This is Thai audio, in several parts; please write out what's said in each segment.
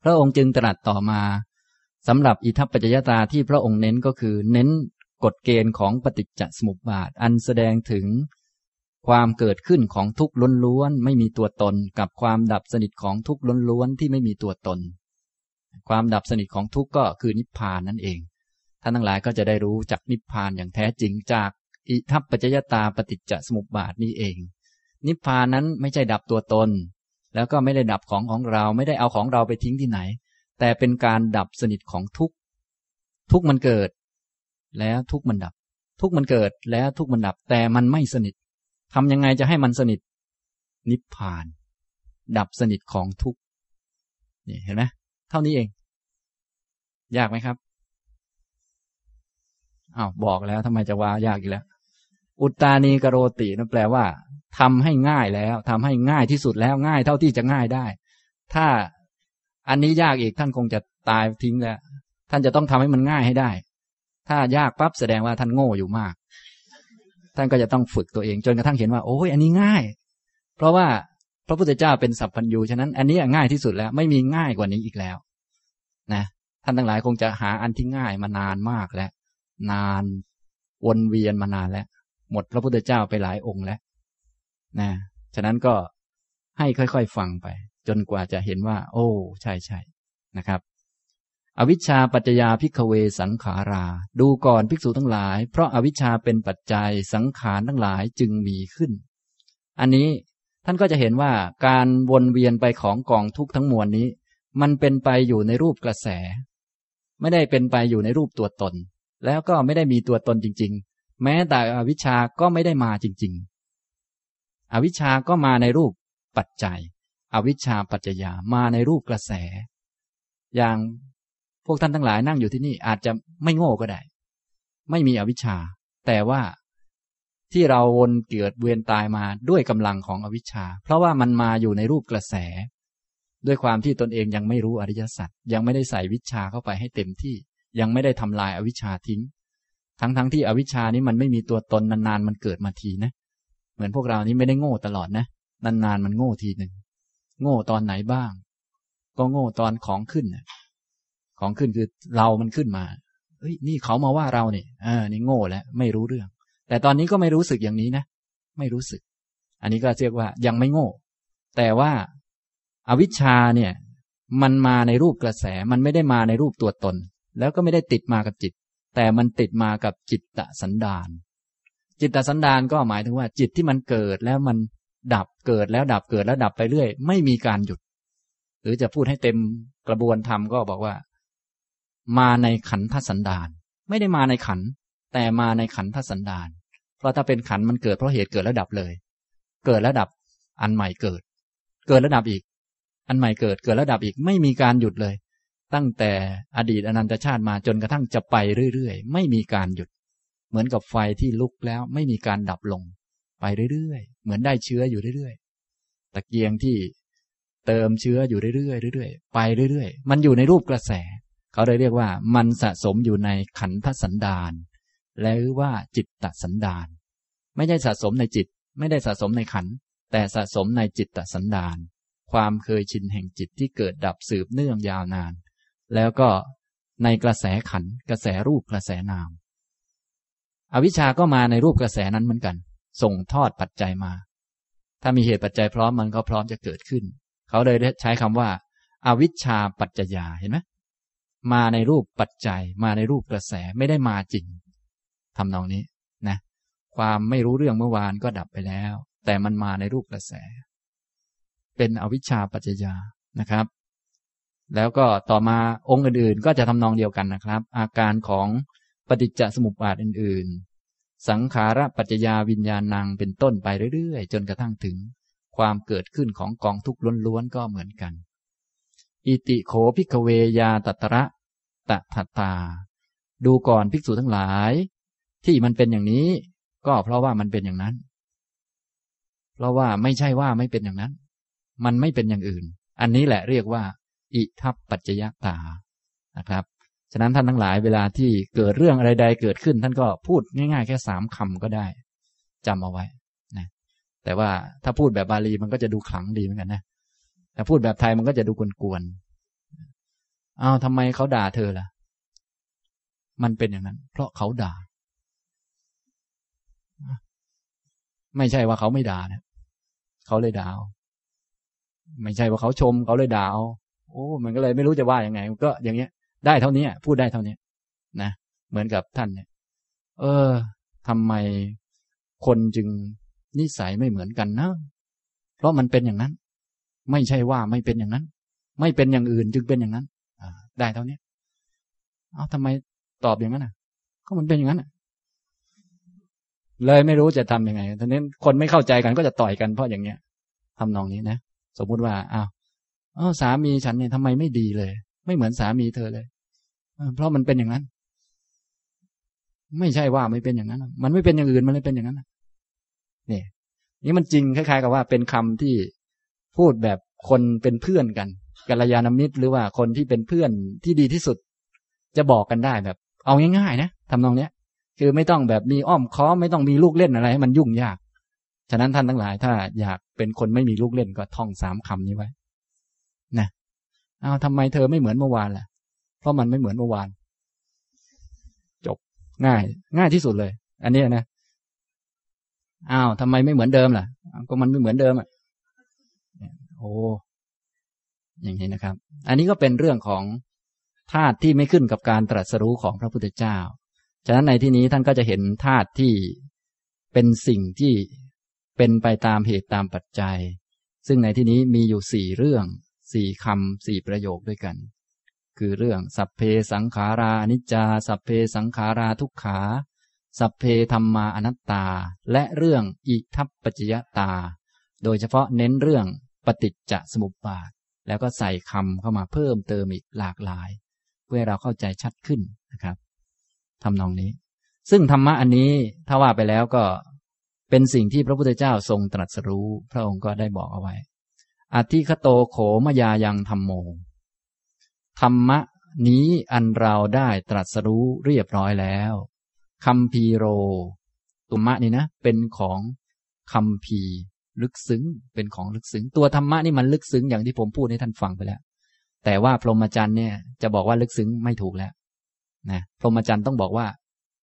พระองค์จึงตรัสต่อมาสำหรับอิทัปปัจจยตาที่พระองค์เน้นก็คือเน้นกฎเกณฑ์ของปฏิจจสมุปบาทอันแสดงถึงความเกิดขึ้นของทุกข์ล้วนๆไม่มีตัวตนกับความดับสนิทของทุกข์ล้วนๆที่ไม่มีตัวตนความดับสนิทของทุกข์ก็คือนิพพานนั่นเองท่านทั้งหลายก็จะได้รู้จักนิพพานอย่างแท้จริงจากอิทัปปัจจยตาปฏิจจสมุปบาทนี้เองนิพพานนั้นไม่ใช่ดับตัวตนแล้วก็ไม่ได้ดับของเราไม่ได้เอาของเราไปทิ้งที่ไหนแต่เป็นการดับสนิทของทุกข์ทุกข์มันเกิดแล้วทุกข์มันดับทุกข์มันเกิดแล้วทุกข์มันดับแต่มันไม่สนิททำยังไงจะให้มันสนิทนิพพานดับสนิทของทุกข์นี่เห็นไหมเท่านี้เองยากไหมครับอ้าวบอกแล้วทำไมจะว่ายากอีกแล้วอุตตานีกโรตินั่นแปลว่าทำให้ง่ายแล้วทำให้ง่ายที่สุดแล้วง่ายเท่าที่จะง่ายได้ถ้าอันนี้ยากอีกท่านคงจะตายทิ้งแล้วท่านจะต้องทำให้มันง่ายให้ได้ถ้ายากปั๊บแสดงว่าท่านโง่อยู่มากท่านก็จะต้องฝึกตัวเองจนกระทั่งเห็นว่าโอ้ยอันนี้ง่ายเพราะว่าพระพุทธเจ้าเป็นสัพพัญญูฉะนั้นอันนี้ง่ายที่สุดแล้วไม่มีง่ายกว่านี้อีกแล้วนะท่านทั้งหลายคงจะหาอันที่ง่ายมานานมากแล้วนานวนเวียนมานานแล้วหมดพระพุทธเจ้าไปหลายองค์แล้วนะฉะนั้นก็ให้ค่อยๆฟังไปจนกว่าจะเห็นว่าโอ้ใช่ๆนะครับอวิชชาปัจจยาภิกขเวสังขาราดูก่อนภิกษุทั้งหลายเพราะอวิชชาเป็นปัจจัยสังขารทั้งหลายจึงมีขึ้นอันนี้ท่านก็จะเห็นว่าการวนเวียนไปของกองทุกข์ทั้งมวลนี้มันเป็นไปอยู่ในรูปกระแสไม่ได้เป็นไปอยู่ในรูปตัวตนแล้วก็ไม่ได้มีตัวตนจริงๆแม้แต่อวิชชาก็ไม่ได้มาจริงๆอวิชชาก็มาในรูปปัจจัยอวิชชาปัจจยามาในรูปกระแสอย่างพวกท่านทั้งหลายนั่งอยู่ที่นี่อาจจะไม่โง่ก็ได้ไม่มีอวิชชาแต่ว่าที่เราวนเกิดเวียนตายมาด้วยกำลังของอวิชชาเพราะว่ามันมาอยู่ในรูปกระแสด้วยความที่ตนเองยังไม่รู้อริยสัจยังไม่ได้ใส่วิชชาเข้าไปให้เต็มที่ยังไม่ได้ทำลายอวิชชาทิ้งทั้งที่อวิชชานี้มันไม่มีตัวตนนานๆมันเกิดมาทีนะเหมือนพวกเรานี้ไม่ได้โง่ตลอดนะนานๆมันโง่ทีหนึ่งโง่ตอนไหนบ้างก็โง่ตอนของขึ้นของขึ้นคือเรามันขึ้นมาเฮ้ยนี่เขามาว่าเราเนี่ยนี่โง่แล้วไม่รู้เรื่องแต่ตอนนี้ก็ไม่รู้สึกอย่างนี้นะไม่รู้สึกอันนี้ก็เรียกว่ายังไม่โง่แต่ว่าอวิชชาเนี่ยมันมาในรูปกระแสมันไม่ได้มาในรูปตัวตนแล้วก็ไม่ได้ติดมากับจิตแต่มันติดมากับจิตตสันดานจิตตสันดานก็หมายถึงว่าจิตที่มันเกิดแล้วมันดับเกิดแล้วดับเกิดแล้วดับไปเรื่อยไม่มีการหยุดหรือจะพูดให้เต็มกระบวนธรรมก็บอกว่ามาในขันธสันดานไม่ได้มาในขันแต่มาในขันธสันดานเพราะถ้าเป็นขันมันเกิดเพราะเหตุเกิดแล้วดับเลยเกิดแล้วดับอันใหม่เกิดแล้วดับอีกอันใหม่เกิดแล้วดับอีกไม่มีการหยุดเลยตั้งแต่อดีตอนันตชาติมาจนกระทั่งจะไปเรื่อยๆไม่มีการหยุดเหมือนกับไฟที่ลุกแล้วไม่มีการดับลงไปเรื่อยๆเหมือนได้เชื้ออยู่เรื่อยๆตะเกียงที่เติมเชื้ออยู่เรื่อยๆเรื่อยๆไปเรื่อยๆมันอยู่ในรูปกระแสเขาเลยเรียกว่ามันสะสมอยู่ในขันธสันดานแล้วว่าจิตตสันดานไม่ใช่สะสมในจิตไม่ได้สะสมในขันแต่สะสมในจิตตสันดานความเคยชินแห่งจิตที่เกิดดับสืบเนื่องยาวนานแล้วก็ในกระแสขันกระแสรูปกระแสนามอวิชชาก็มาในรูปกระแสนั้นเหมือนกันส่งทอดปัจจัยมาถ้ามีเหตุปัจจัยพร้อมมันก็พร้อมจะเกิดขึ้นเขาเลยใช้คำว่าอวิชชาปัจจยาเห็นไหมมาในรูปปัจจัยมาในรูปกระแสไม่ได้มาจริงทำนองนี้นะความไม่รู้เรื่องเมื่อวานก็ดับไปแล้วแต่มันมาในรูปกระแสเป็นอวิชชาปัจจยานะครับแล้วก็ต่อมาองค์อื่นๆก็จะทำนองเดียวกันนะครับอาการของปฏิจจสมุปบาทอื่นๆสังขารปัจจยาวิญญาณังเป็นต้นไปเรื่อยๆจนกระทั่งถึงความเกิดขึ้นของกองทุกข์ล้วนๆก็เหมือนกันอิติโขภิกขเวยาตัตระตถตาดูก่อนภิกษุทั้งหลายที่มันเป็นอย่างนี้ก็เพราะว่ามันเป็นอย่างนั้นเพราะว่าไม่ใช่ว่าไม่เป็นอย่างนั้นมันไม่เป็นอย่างอื่นอันนี้แหละเรียกว่าอิทัปปัจจยตานะครับฉะนั้นท่านทั้งหลายเวลาที่เกิดเรื่องอะไรใดเกิดขึ้นท่านก็พูดง่ายๆแค่3 คำก็ได้จำเอาไว้นะแต่ว่าถ้าพูดแบบบาลีมันก็จะดูขลังดีเหมือนกันนะแต่พูดแบบไทยมันก็จะดูกวนอ้าวทำไมเขาด่าเธอล่ะมันเป็นอย่างนั้นเพราะเขาด่าไม่ใช่ว่าเขาไม่ด่านะเขาเลยด่าไม่ใช่ว่าเขาชมเขาเลยด่าโอ้มันก็เลยไม่รู้จะว่ายังไงก็อย่างเงี้ยได้เท่านี้พูดได้เท่านี้นะเหมือนกับท่านเนี่ยทำไมคนจึงนิสัยไม่เหมือนกันนะเพราะมันเป็นอย่างนั้นไม่ใช่ว่าไม่เป็นอย่างนั้นไม่เป็นอย่างอื่นจึงเป็นอย่างนั้นได้เท่านี้ทำไมตอบอย่างนั้นก็มันเป็นอย่างนั้นเลยไม่รู้จะทำยังไงทีนี้คนไม่เข้าใจกันก็จะต่อยกันเพราะอย่างเงี้ยทำนองนี้นะสมมุติว่าสามีฉันเนี่ยทำไมไม่ดีเลยไม่เหมือนสามีเธอเลยเพราะมันเป็นอย่างนั้นไม่ใช่ว่าไม่เป็นอย่างนั้นมันไม่เป็นอย่างอื่นมันเลยเป็นอย่างนั้นนี่มันจริงคล้ายๆกับว่าเป็นคำที่พูดแบบคนเป็นเพื่อนกันกัลยาณมิตรหรือว่าคนที่เป็นเพื่อนที่ดีที่สุดจะบอกกันได้แบบเอาง่ายๆนะทำนองเนี้ยคือไม่ต้องแบบมีอ้อมค้อมไม่ต้องมีลูกเล่นอะไรให้มันยุ่งยากฉะนั้นท่านทั้งหลายถ้าอยากเป็นคนไม่มีลูกเล่นก็ท่อง3 คำนี้ไว้นะทำไมเธอไม่เหมือนเมื่อวานล่ะเพราะมันไม่เหมือนเมื่อวานจบง่ายที่สุดเลยอันนี้นะทำไมไม่เหมือนเดิมล่ะก็มันไม่เหมือนเดิมอย่างนี้นะครับอันนี้ก็เป็นเรื่องของธาตุที่ไม่ขึ้นกับการตรัสรู้ของพระพุทธเจ้าฉะนั้นในที่นี้ท่านก็จะเห็นธาตุที่เป็นสิ่งที่เป็นไปตามเหตุตามปัจจัยซึ่งในที่นี้มีอยู่4 เรื่อง4 คำ4 ประโยคด้วยกันคือเรื่องสัพเพสังขาราอนิจจาสัพเพสังขาราทุกขาสัพเพธัมมาอนัตตาและเรื่องอิทัปปัจจยตาโดยเฉพาะเน้นเรื่องปฏิจจสมุปบาทแล้วก็ใส่คำเข้ามาเพิ่มเติมอีกหลากหลายเพื่อให้เราเข้าใจชัดขึ้นนะครับทำนองนี้ซึ่งธรรมะอันนี้ถ้าว่าไปแล้วก็เป็นสิ่งที่พระพุทธเจ้าทรงตรัสรู้พระองค์ก็ได้บอกเอาไว้อธิคโตโขมยายังธัมโมธรรมะนี้อันเราได้ตรัสรู้เรียบร้อยแล้วคัมภีโรตุมะนี่นะเป็นของคัมภีร์ลึกซึ้งเป็นของลึกซึ้งตัวธรรมะนี่มันลึกซึ้งอย่างที่ผมพูดให้ท่านฟังไปแล้วแต่ว่าพรหมจรรย์เนี่ยจะบอกว่าลึกซึ้งไม่ถูกแล้วนะพรหมจรรย์ต้องบอกว่า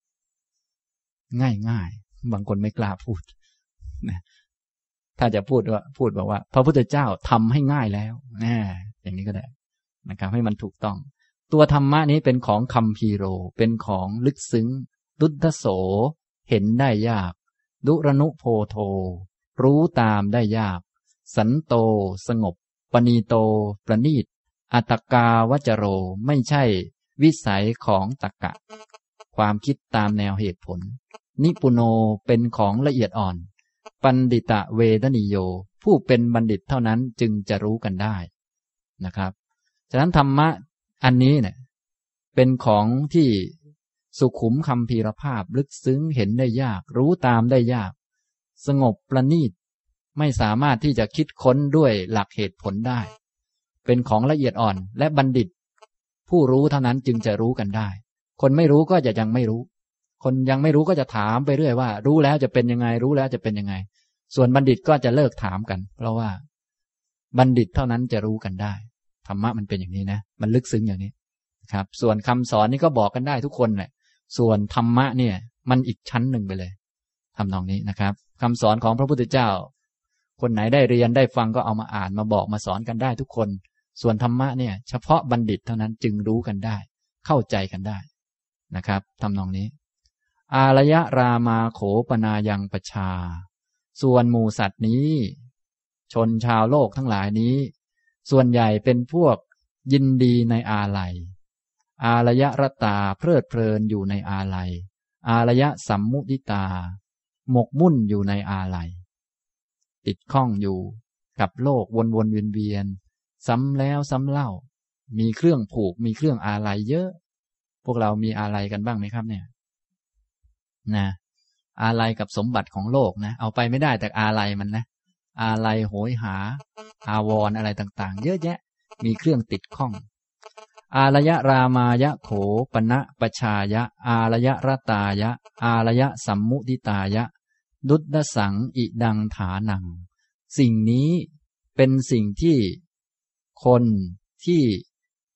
ง่ายบางคนไม่กล้าพูดนะถ้าจะพูดบอกว่าพระพุทธเจ้าทำให้ง่ายแล้วอย่างนี้ก็ได้นะครับให้มันถูกต้องตัวธรรมะนี้เป็นของคัมภีโรเป็นของลึกซึ้งดุจโสเห็นได้ยากดุรนุโพโทรู้ตามได้ยากสันโตสงบปณีโตประณีตอัตตกาวจโรไม่ใช่วิสัยของตรรกะความคิดตามแนวเหตุผลนิปุโนเป็นของละเอียดอ่อนปันดิตะเวทนิโยผู้เป็นบัณฑิตเท่านั้นจึงจะรู้กันได้นะครับฉะนั้นธรรมะอันนี้เนี่ยเป็นของที่สุขุมคัมภีรภาพลึกซึ้งเห็นได้ยากรู้ตามได้ยากสงบประณีตไม่สามารถที่จะคิดค้นด้วยหลักเหตุผลได้เป็นของละเอียดอ่อนและบัณฑิตผู้รู้เท่านั้นจึงจะรู้กันได้คนไม่รู้ก็จะยังไม่รู้คนยังไม่รู้ก็จะถามไปเรื่อยว่ารู้แล้วจะเป็นยังไงรู้แล้วจะเป็นยังไงส่วนบัณฑิตก็จะเลิกถามกันเพราะว่าบัณฑิตเท่านั้นจะรู้กันได้ธรรมะมันเป็นอย่างนี้นะมันลึกซึ้งอย่างนี้ครับส่วนคำสอนนี่ก็บอกกันได้ทุกคนแหละส่วนธรรมะเนี่ยมันอีกชั้นหนึ่งไปเลยทำนองนี้นะครับคำสอนของพระพุทธเจ้าคนไหนได้เรียนได้ฟังก็เอามาอ่านมาบอกมาสอนกันได้ทุกคนส่วนธรรมะเนี่ยเฉพาะบัณฑิตเท่านั้นจึงรู้กันได้เข้าใจกันได้นะครับทำนองนี้อารยรามาโขปนายังปชาส่วนหมู่สัตว์นี้ชนชาวโลกทั้งหลายนี้ส่วนใหญ่เป็นพวกยินดีในอาลัยอารยรตาเพลิดเพลินอยู่ในอาลัยอารยสัมมุติตาหมกมุ่นอยู่ในอาลัยติดข้องอยู่กับโลกวนๆเวียนๆซ้ำแล้วซ้ำเล่ามีเครื่องผูกมีเครื่องอาลัยเยอะพวกเรามีอาลัยกันบ้างไหมครับเนี่ยนะอาลัยกับสมบัติของโลกนะเอาไปไม่ได้แต่อาลัยมันนะอาลัยโหยหาอาวรณ์อะไรต่างๆเยอะแยะมีเครื่องติดข้องอารยรามายะโขปณะปชายะอารยรตายะอารยสัมมุติตายะดุจสังอิดังฐานังสิ่งนี้เป็นสิ่งที่คนที่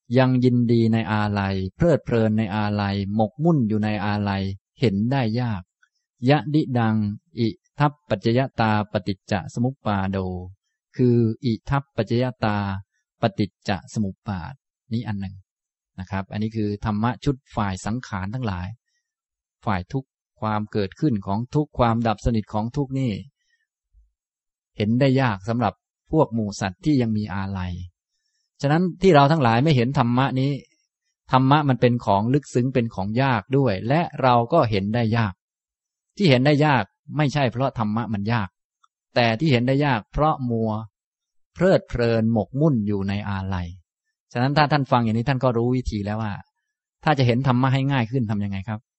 ยังยินดีในอาลัยเพลิดเพลินในอาลัยหมกมุ่นอยู่ในอาลัยเห็นได้ยากยะดิดังอิทัปปัจจยตาปฏิจจสมุปปาโดคืออิทัปปัจจยตาปฏิจจสมุปบาทนี้อันหนึ่งนะครับอันนี้คือธรรมะชุดฝ่ายสังขารทั้งหลายฝ่ายทุกข์ความเกิดขึ้นของทุกข์ความดับสนิทของทุกข์นี่เห็นได้ยากสำหรับพวกหมู่สัตว์ที่ยังมีอาลัยฉะนั้นที่เราทั้งหลายไม่เห็นธรรมะนี้ธรรมะมันเป็นของลึกซึ้งเป็นของยากด้วยและเราก็เห็นได้ยากที่เห็นได้ยากไม่ใช่เพราะธรรมะมันยากแต่ที่เห็นได้ยากเพราะมัวเพลิดเพลินหมกมุ่นอยู่ในอาลัยฉะนั้นถ้าท่านฟังอย่างนี้ท่านก็รู้วิธีแล้วว่าถ้าจะเห็นธรรมะให้ง่ายขึ้นทำยังไงครับ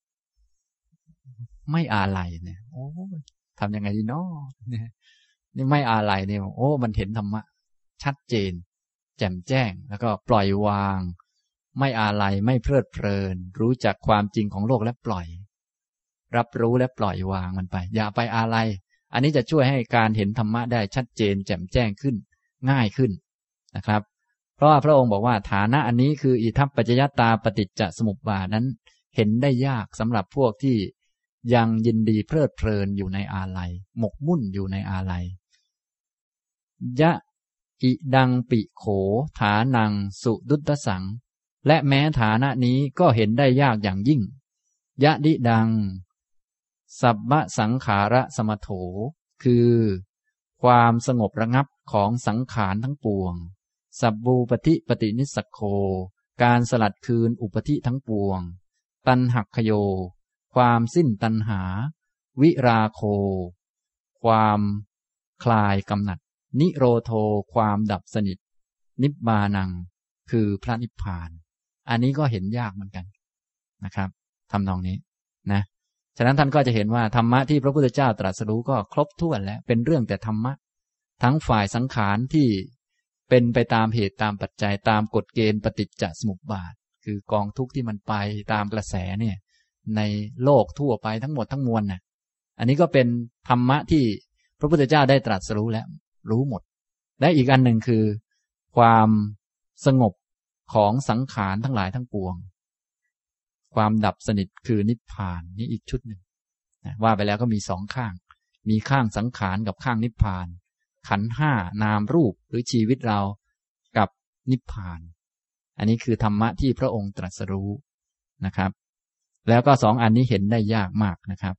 ไม่อาลัยเนี่ยโอ้ทำยังไงดีเนาะนี่ไม่อาลัยเนี่ยโอ้มันเห็นธรรมะชัดเจนแจ่มแจ้งแล้วก็ปล่อยวางไม่อาลัยไม่เพลิดเพลินรู้จักความจริงของโลกและปล่อยรับรู้และปล่อยวางมันไปอย่าไปอาลัยอันนี้จะช่วยให้การเห็นธรรมะได้ชัดเจนแจ่มแจ้งขึ้นง่ายขึ้นนะครับเพราะว่าพระองค์บอกว่าฐานะอันนี้คืออิทัปปัจจยตาปฏิจจสมุปบาทนั้นเห็นได้ยากสำหรับพวกที่ยังยินดีเพลิดเพลินอยู่ในอาลัยหมกมุ่นอยู่ในอาลัยยะอิดังปิโขฐานังสุดุตสังและแม้ฐานะนี้ก็เห็นได้ยากอย่างยิ่งยะดิดังสัพพสังขาระสมโถคือความสงบระงับของสังขารทั้งปวงสัพบูปฏิปฏินิสสโคการสลัดคืนอุปธิทั้งปวงตัณหักขโยความสิ้นตัณหาวิราโคความคลายกำหนัดนิโรโธความดับสนิทนิบบานังคือพระนิพพานอันนี้ก็เห็นยากเหมือนกันนะครับทำนองนี้นะฉะนั้นท่านก็จะเห็นว่าธรรมะที่พระพุทธเจ้าตรัสรู้ก็ครบถ้วนแล้วเป็นเรื่องแต่ธรรมะทั้งฝ่ายสังขารที่เป็นไปตามเหตุตามปัจจัยตามกฎเกณฑ์ปฏิจจสมุปบาทคือกองทุกข์ที่มันไปตามกระแสเนี่ยในโลกทั่วไปทั้งหมดทั้งมวลน่ะอันนี้ก็เป็นธรรมะที่พระพุทธเจ้าได้ตรัสรู้แล้วรู้หมดและอีกอันหนึ่งคือความสงบของสังขารทั้งหลายทั้งปวงความดับสนิทคือนิพพานนี่อีกชุดหนึ่งว่าไปแล้วก็มีสองข้างมีข้างสังขารกับข้างนิพพานขันธ์ห้านามรูปหรือชีวิตเรากับนิพพานอันนี้คือธรรมะที่พระองค์ตรัสรู้นะครับแล้วก็สองอันนี้เห็นได้ยากมากนะครับ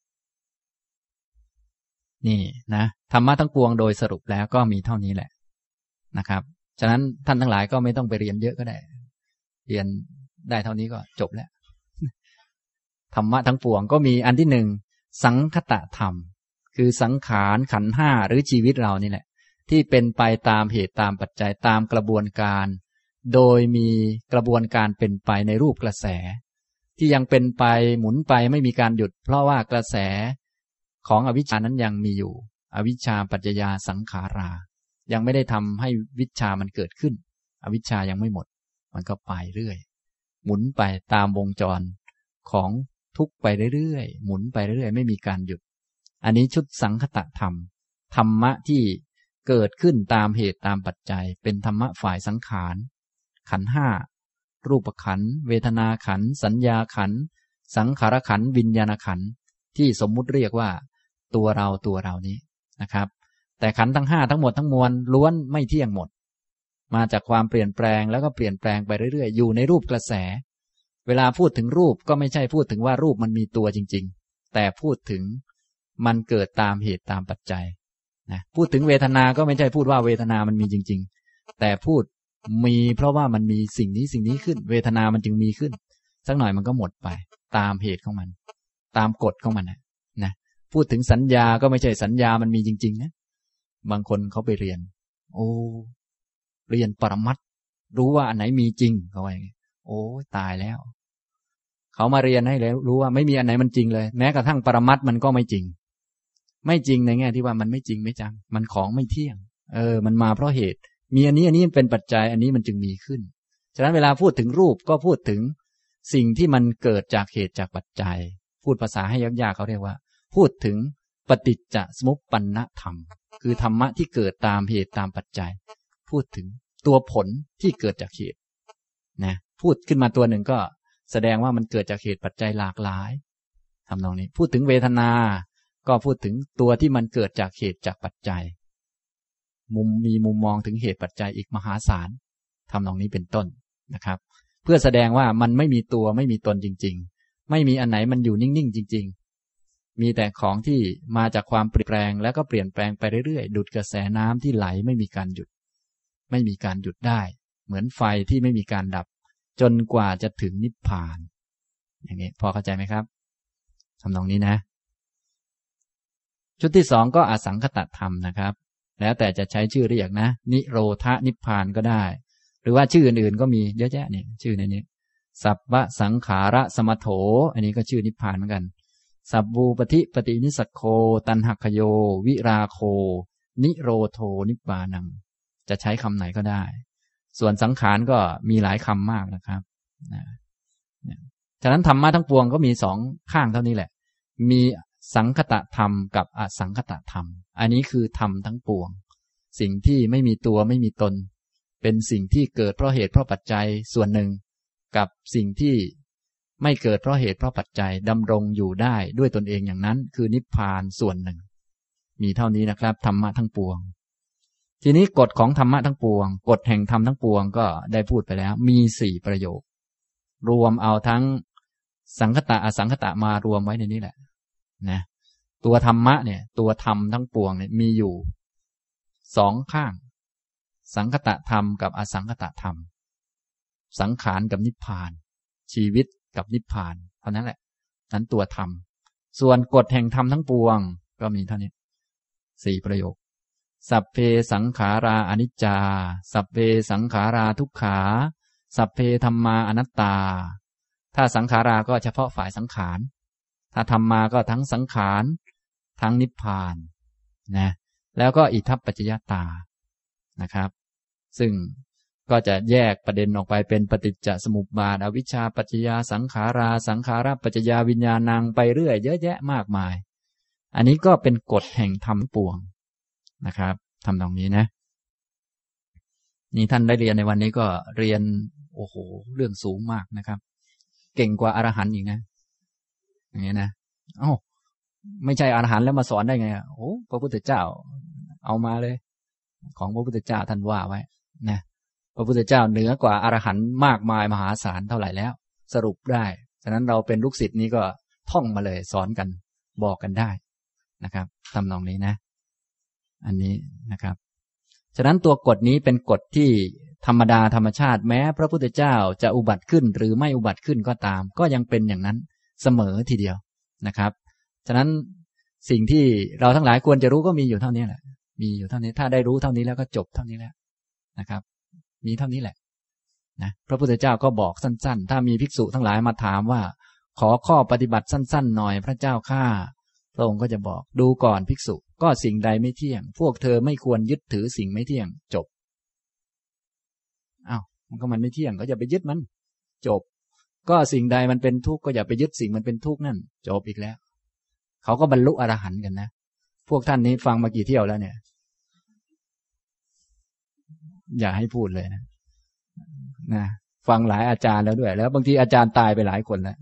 นี่นะธรรมะทั้งปวงโดยสรุปแล้วก็มีเท่านี้แหละนะครับฉะนั้นท่านทั้งหลายก็ไม่ต้องไปเรียนเยอะก็ได้เรียนได้เท่านี้ก็จบแล้วธรรมะทั้งปวงก็มีอันที่หนึ่งสังคตธรรมคือสังขารขันธ์ห้าหรือชีวิตเรานี่แหละที่เป็นไปตามเหตุตามปัจจัยตามกระบวนการโดยมีกระบวนการเป็นไปในรูปกระแสที่ยังเป็นไปหมุนไปไม่มีการหยุดเพราะว่ากระแสของอวิชชานั้นยังมีอยู่อวิชชาปัจจยาสังขารายังไม่ได้ทำให้วิชชามันเกิดขึ้นอวิชชายังไม่หมดมันก็ไปเรื่อยหมุนไปตามวงจรของทุกข์ไปเรื่อยๆหมุนไปเรื่อยๆไม่มีการหยุดอันนี้ชุดสังคตธรรมธรรมะที่เกิดขึ้นตามเหตุตามปัจจัยเป็นธรรมะฝ่ายสังขารขันธ์ห้ารูปขันธ์เวทนาขันธ์สัญญาขันธ์สังขารขันธ์วิญญาณขันธ์ที่สมมุติเรียกว่าตัวเรานี้นะครับแต่ขันธ์ทั้งห้าทั้งหมดทั้งมวลล้วนไม่เที่ยงหมดมาจากความเปลี่ยนแปลงแล้วก็เปลี่ยนแปลงไปเรื่อยๆอยู่ในรูปกระแสเวลาพูดถึงรูปก็ไม่ใช่พูดถึงว่ารูปมันมีตัวจริงๆแต่พูดถึงมันเกิดตามเหตุตามปัจจัยนะพูดถึงเวทนาก็ไม่ใช่พูดว่าเวทนามันมีจริงๆแต่พูดมีเพราะว่ามันมีสิ่งนี้ขึ้นเวทนามันจึงมีขึ้นสักหน่อยมันก็หมดไปตามเหตุของมันตามกฎของมันนะพูดถึงสัญญาก็ไม่ใช่สัญญามันมีจริงๆนะบางคนเขาไปเรียนเรียนปรมัตถ์รู้ว่าอันไหนมีจริงเขาว่าอย่างงี้โอ้ตายแล้วเขามาเรียนให้แล้วรู้ว่าไม่มีอันไหนมันจริงเลยแม้กระทั่งปรมัตถ์มันก็ไม่จริงในแง่ที่ว่ามันไม่จริงไม่จังมันของไม่เที่ยงมันมาเพราะเหตุมีอันนี้เป็นปัจจัยอันนี้มันจึงมีขึ้นฉะนั้นเวลาพูดถึงรูปก็พูดถึงสิ่งที่มันเกิดจากเหตุจากปัจจัยพูดภาษาให้ยากๆเขาเรียกว่าพูดถึงปฏิจจสมุปปนธรรมคือธรรมะที่เกิดตามเหตุตามปัจจัยพูดถึงตัวผลที่เกิดจากเหตุนะพูดขึ้นมาตัวหนึ่งก็แสดงว่ามันเกิดจากเหตุปัจจัยหลากหลายทำนองนี้พูดถึงเวทนาก็พูดถึงตัวที่มันเกิดจากเหตุจากปัจจัยมีมุมมองถึงเหตุปัจจัยอีกมหาศาลทำนองนี้เป็นต้นนะครับเพื่อแสดงว่ามันไม่มีตัวไม่มีตนจริงๆไม่มีอันไหนมันอยู่นิ่งๆจริงๆมีแต่ของที่มาจากความเปลี่ยนแปลงแล้วก็เปลี่ยนแปลงไปเรื่อยๆดุจกระแสน้ำที่ไหลไม่มีการหยุดไม่มีการหยุดได้เหมือนไฟที่ไม่มีการดับจนกว่าจะถึงนิพพานอย่างนี้พอเข้าใจไหมครับทำนองนี้นะชุดที่สองก็อสังคตธรรมนะครับแล้วแต่จะใช้ชื่อเรียกนะนิโรธนิพพานก็ได้หรือว่าชื่ออื่นๆก็มีเยอะแยะนี่ชื่อในนี้สัพพะสังขาระสมโถอันนี้ก็ชื่อนิพพานเหมือนกันสัพบูปฏิปฏินิสัคโคตัณหัคคโยวิราโคนิโรโธนิพพานังจะใช้คำไหนก็ได้ส่วนสังขารก็มีหลายคำมากนะครับฉะนั้นธรรมะทั้งปวงก็มีสองข้างเท่านี้แหละมีสังคตธรรมกับอสังคตธรรมอันนี้คือธรรมทั้งปวงสิ่งที่ไม่มีตัวไม่มีตนเป็นสิ่งที่เกิดเพราะเหตุเพราะปัจจัยส่วนหนึ่งกับสิ่งที่ไม่เกิดเพราะเหตุเพราะปัจจัยดำรงอยู่ได้ด้วยตนเองอย่างนั้นคือนิพพานส่วนหนึ่งมีเท่านี้นะครับธรรมะทั้งปวงทีนี้กฎของธรรมะทั้งปวงกฎแห่งธรรมทั้งปวงก็ได้พูดไปแล้วมี4ประโยครวมเอาทั้งสังคตะอสังคตะมารวมไว้ในนี้แหละนะตัวธรรมะเนี่ยตัวธรรมทั้งปวงเนี่ยมีอยู่2ข้างสังคตะธรรมกับอสังคตะธรรมสังขารกับนิพพานชีวิตกับนิพพานเท่านั้นแหละนั้นตัวธรรมส่วนกฎแห่งธรรมทั้งปวงก็มีเท่านี้4ประโยคสัพเพสังขาราอนิจจาสัพเพสังขาราทุกขาสัพเพธัมมาอนัตตาถ้าสังขาราก็เฉพาะฝ่ายสังขารถ้าธัมมาก็ทั้งสังขารทั้งนิพพานนะแล้วก็อิทัปปัจจยตานะครับซึ่งก็จะแยกประเด็นออกไปเป็นปฏิจจสมุปบาทอวิชชาปัจจยาสังขาราสังขาราปัจจยาวิญญาณังไปเรื่อยเยอะแยะมากมายอันนี้ก็เป็นกฎแห่งธรรมปวงนะครับทำตรงนี้นะนี่ท่านได้เรียนในวันนี้ก็เรียนโอ้โหเรื่องสูงมากนะครับเก่งกว่าอรหันต์อีกนะอย่างนี้นะเอ้าไม่ใช่อรหันต์แล้วมาสอนได้ไงโอ้พระพุทธเจ้าเอามาเลยของพระพุทธเจ้าท่านว่าไว้นะพระพุทธเจ้าเหนือกว่าอรหันต์มากมายมหาศาลเท่าไหร่แล้วสรุปได้ฉะนั้นเราเป็นลูกศิษย์นี้ก็ท่องมาเลยสอนกันบอกกันได้นะครับทำนองนี้นะอันนี้นะครับฉะนั้นตัวกฎนี้เป็นกฎที่ธรรมดาธรรมชาติแม้พระพุทธเจ้าจะอุบัติขึ้นหรือไม่อุบัติขึ้นก็ตามก็ยังเป็นอย่างนั้นเสมอทีเดียวนะครับฉะนั้นสิ่งที่เราทั้งหลายควรจะรู้ก็มีอยู่เท่านี้แหละมีอยู่เท่านี้ถ้าได้รู้เท่านี้แล้วก็จบเท่านี้แล้วนะครับมีเท่านี้แหละนะพระพุทธเจ้าก็บอกสั้นๆถ้ามีภิกษุทั้งหลายมาถามว่าขอข้อปฏิบัติสั้นๆหน่อยพระเจ้าข้าพระองค์ก็จะบอกดูก่อนภิกษุก็สิ่งใดไม่เที่ยงพวกเธอไม่ควรยึดถือสิ่งไม่เที่ยงจบอ้าวมันไม่เที่ยงก็อย่าไปยึดมันจบก็สิ่งใดมันเป็นทุกข์ก็อย่าไปยึดสิ่งมันเป็นทุกข์นั่นจบอีกแล้วเขาก็บรรลุอรหันต์กันนะพวกท่านนี้ฟังมากี่เที่ยวแล้วเนี่ยอย่าให้พูดเลยนะฟังหลายอาจารย์แล้วด้วยแล้วบางทีอาจารย์ตายไปหลายคนแล้ว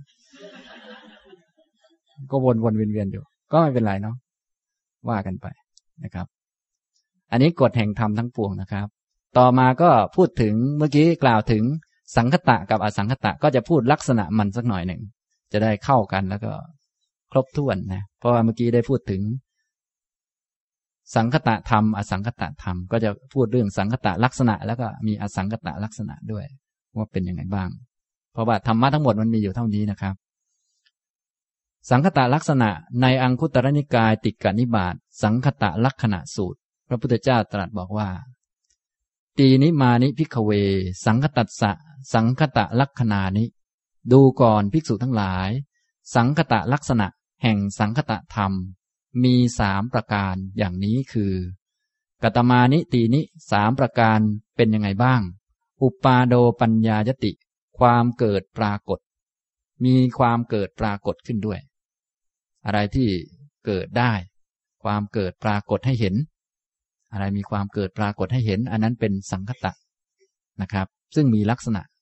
ก็วนๆเวียนๆอยู่ก็ไม่เป็นไรเนาะว่ากันไปนะครับอันนี้กฎแห่งธรรมทั้งปวงนะครับต่อมาก็พูดถึงเมื่อกี้กล่าวถึงสังคตะกับอสังคตะก็จะพูดลักษณะมันสักหน่อยหนึ่งจะได้เข้ากันแล้วก็ครบถ้วนนะเพราะว่าเมื่อกี้ได้พูดถึงสังคตะธรรมอสังคตะธรรมก็จะพูดเรื่องสังคตะลักษณะแล้วก็มีอสังคตะลักษณะด้วยว่าเป็นยังไงบ้างเพราะว่าธรรมะทั้งหมดมันมีอยู่เท่านี้นะครับสังคตะลักษณะในอังคุตรนิกายติกนิบาตสังคตะลักษณะสูตรพระพุทธเจ้าตรัสบอกว่าตีนิมานิภิกขเวสังคตัสสะสังคตะลักษณานิดูก่อนภิกษุทั้งหลายสังคตะลักษณะแห่งสังคตะธรรมมี3ประการอย่างนี้คือกัตมานิตีนิ3ประการเป็นยังไงบ้างอุปาโดปัญญายติความเกิดปรากฏมีความเกิดปรากฏขึ้นด้วยอะไรที่เกิดได้ความเกิดปรากฏให้เห็นอะไรมีความเกิดปรากฏให้เห็นอันนั้นเป็นสังคตะนะครับซึ่งมีลักษณะ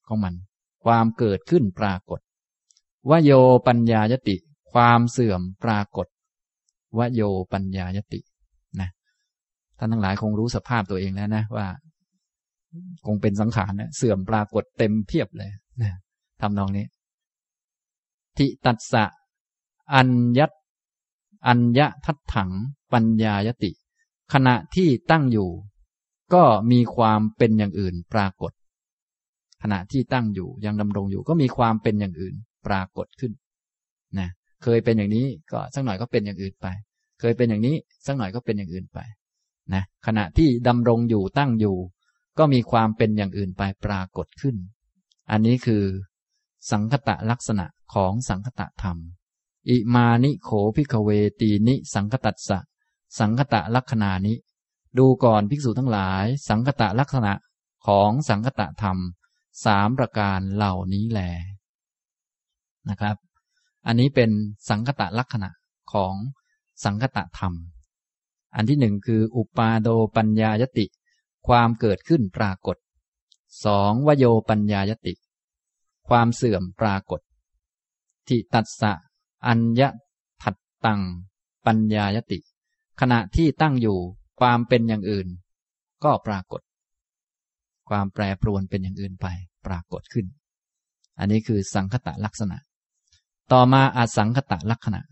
ของมันความเกิดขึ้นปรากฏวโยปัญญายติความเสื่อมปรากฏวโยปัญญายตินะท่านทั้งหลายคงรู้สภาพตัวเองแล้วนะว่าคงเป็นสังขารนะเสื่อมปรากฏเต็มเพียบเลยนะทำนองนี้ทิตัสสะอัญญทัฏฐังปัญญายติขณะที่ตั้งอยู่ก็มีความเป็นอย่างอื่นปรากฏขณะที่ตั้งอยู่ยังดำรงอยู่ก็มีความเป็นอย่างอื่นปรากฏขึ้นนะเคยเป็นอย่างนี้ก็สักหน่อยก็เป็นอย่างอื่นไปเคยเป็นอย่างนี้สักหน่อยก็เป็นอย่างอื่นไปนะขณะที่ดำรงอยู่ตั้งอยู่ก็มีความเป็นอย่างอื่นไปปรากฏขึ้นอันนี้คือสังคตะลักษณะของสังคตะธรรมอิมานิโขภิกขเวตีนิสังคตัสสะสังคตะลักขณานิดูก่อนภิกษุทั้งหลายสังคตะลักษณะของสังคตะธรรม3ประการเหล่านี้แลนะครับอันนี้เป็นสังคตะลักษณะของสังคตะธรรมอันที่หนึ่งคืออุปาโดปัญญายติความเกิดขึ้นปรากฏ2วโยปัญญายติความเสื่อมปรากฏทิตัสสะอัญญทัฏฐังปัญญายติขณะที่ตั้งอยู่ความเป็นอย่างอื่นก็ปรากฏความแปรปรวนเป็นอย่างอื่นไปปรากฏขึ้นอันนี้คือสังคตะลักษณะต่อมาอสังคตะลักษณะ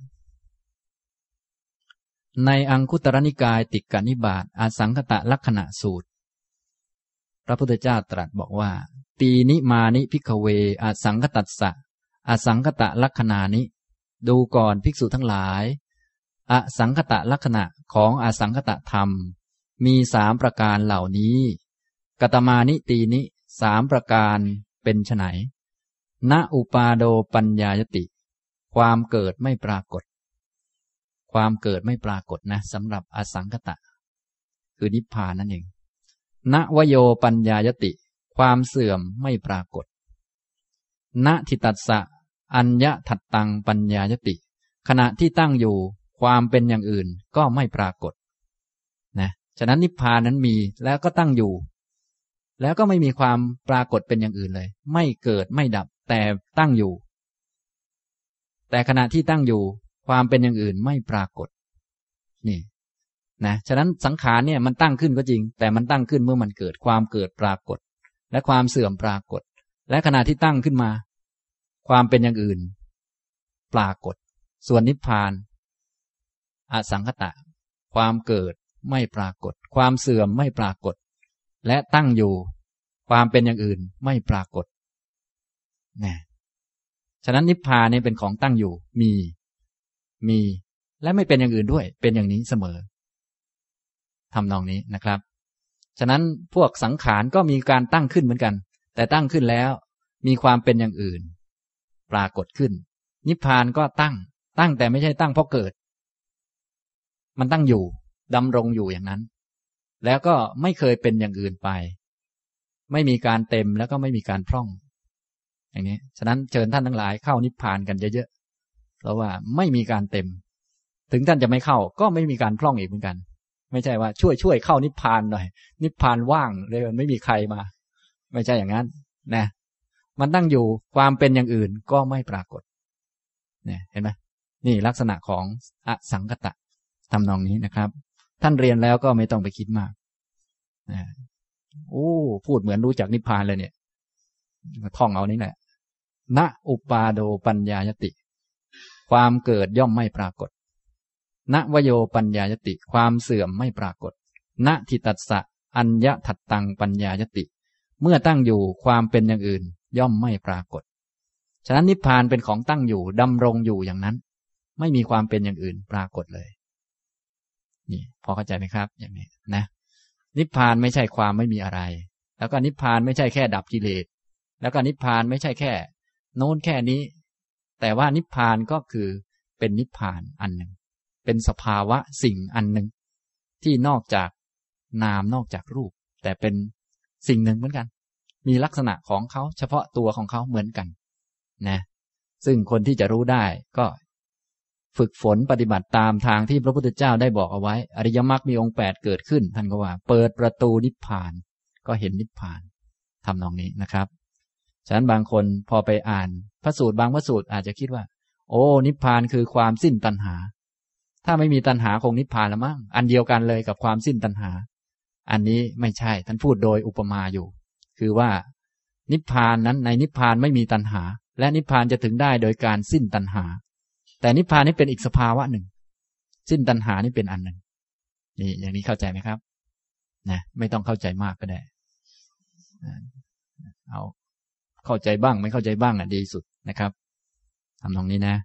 ในอังคุตรนิกายติกนิบาตอสังคตะลักษณะสูตรพระพุทธเจ้าตรัสบอกว่าตีนิมานิภิกขเวอสังคตัสสะอสังคตะลักษณานิดูก่อนภิกษุทั้งหลายอสังคตะลักษณะของอสังคตะธรรมมี3ประการเหล่านี้กตมานิตีนิ3ประการเป็นไฉนณอุปาโดปัญญายติความเกิดไม่ปรากฏความเกิดไม่ปรากฏนะสำหรับอสังคตะคือนิพพานนั่นเองณวโยปัญญายติความเสื่อมไม่ปรากฏณทิตัสสะอัญญทัฏฐังปัญญายติขณะที่ตั้งอยู่ความเป็นอย่างอื่นก็ไม่ปรากฏนะฉะนั้นนิพพานนั้นมีแล้วก็ตั้งอยู่แล้วก็ไม่มีความปรากฏเป็นอย่างอื่นเลยไม่เกิดไม่ดับแต่ตั้งอยู่แต่ขณะที่ตั้งอยู่ความเป็นอย่างอื่นไม่ปรากฏนี่นะฉะนั้นสังขารเนี่ยมันตั้งขึ้นก็จริงแต่มันตั้งขึ้นเมื่อมันเกิดความเกิดปรากฏและความเสื่อมปรากฏและขณะที่ตั้งขึ้นมาความเป็นอย่างอื่นปรากฏส่วนนิพพานอสังคตะความเกิดไม่ปรากฏความเสื่อมไม่ปรากฏและตั้งอยู่ความเป็นอย่างอื่นไม่ปรากฏนะฉะนั้นนิพพานเนี่ยเป็นของตั้งอยู่มีและไม่เป็นอย่างอื่นด้วยเป็นอย่างนี้เสมอทำนองนี้นะครับฉะนั้นพวกสังขารก็มีการตั้งขึ้นเหมือนกันแต่ตั้งขึ้นแล้วมีความเป็นอย่างอื่นปรากฏขึ้นนิพพานก็ตั้งแต่ไม่ใช่ตั้งเพราะเกิดมันตั้งอยู่ดำรงอยู่อย่างนั้นแล้วก็ไม่เคยเป็นอย่างอื่นไปไม่มีการเต็มแล้วก็ไม่มีการพร่องอย่างนี้ฉะนั้นเชิญท่านทั้งหลายเข้านิพพานกันเยอะๆเพราะว่าไม่มีการเต็มถึงท่านจะไม่เข้าก็ไม่มีการพร่องอีกเหมือนกันไม่ใช่ว่าช่วยเข้านิพพานหน่อยนิพพานว่างเลยไม่มีใครมาไม่ใช่อย่างนั้นนะมันตั้งอยู่ความเป็นอย่างอื่นก็ไม่ปรากฏเนี่ยเห็นไหมนี่ลักษณะของอสังคตะทำนองนี้นะครับท่านเรียนแล้วก็ไม่ต้องไปคิดมากพูดเหมือนรู้จักนิพพานเลยเนี่ยท่องเอานี่แหละณอุปาโดปัญญายติความเกิดย่อมไม่ปรากฏณวโยปัญญายติความเสื่อมไม่ปรากฏณทิตัสสะอัญญทัฏฐังปัญญายติเมื่อตั้งอยู่ความเป็นอย่างอื่นย่อมไม่ปรากฏฉะนั้นนิพพานเป็นของตั้งอยู่ดำรงอยู่อย่างนั้นไม่มีความเป็นอย่างอื่นปรากฏเลยนี่พอเข้าใจไหมครับอย่างนี้นะนิพพานไม่ใช่ความไม่มีอะไรแล้วก็นิพพานไม่ใช่แค่ดับกิเลสแล้วก็นิพพานไม่ใช่แค่โน้นแค่นี้แต่ว่านิพพานก็คือเป็นนิพพานอันหนึ่งเป็นสภาวะสิ่งอันหนึ่งที่นอกจากนามนอกจากรูปแต่เป็นสิ่งหนึ่งเหมือนกันมีลักษณะของเขาเฉพาะตัวของเขาเหมือนกันนะซึ่งคนที่จะรู้ได้ก็ฝึกฝนปฏิบัติตามทางที่พระพุทธเจ้าได้บอกเอาไว้อริยมรรคมีองค์8เกิดขึ้นท่านก็ว่าเปิดประตูนิพพานก็เห็นนิพพานทำนองนี้นะครับฉะนั้นบางคนพอไปอ่านพระสูตรบางพระสูตรอาจจะคิดว่าโอ้นิพพานคือความสิ้นตัณหาถ้าไม่มีตัณหาคงนิพพานละมั้งอันเดียวกันเลยกับความสิ้นตัณหาอันนี้ไม่ใช่ท่านพูดโดยอุปมาอยู่คือว่านิพพานนั้นในนิพพานไม่มีตัณหาและนิพพานจะถึงได้โดยการสิ้นตัณหาแต่นิพพานนี่เป็นอีกสภาวะหนึ่งสิ้นตัณหานี่เป็นอันหนึ่งนี่อย่างนี้เข้าใจไหมครับนะไม่ต้องเข้าใจมากก็ได้เอาเข้าใจบ้างไม่เข้าใจบ้างอ่ะดีสุดนะครับทำตรงนี้นะ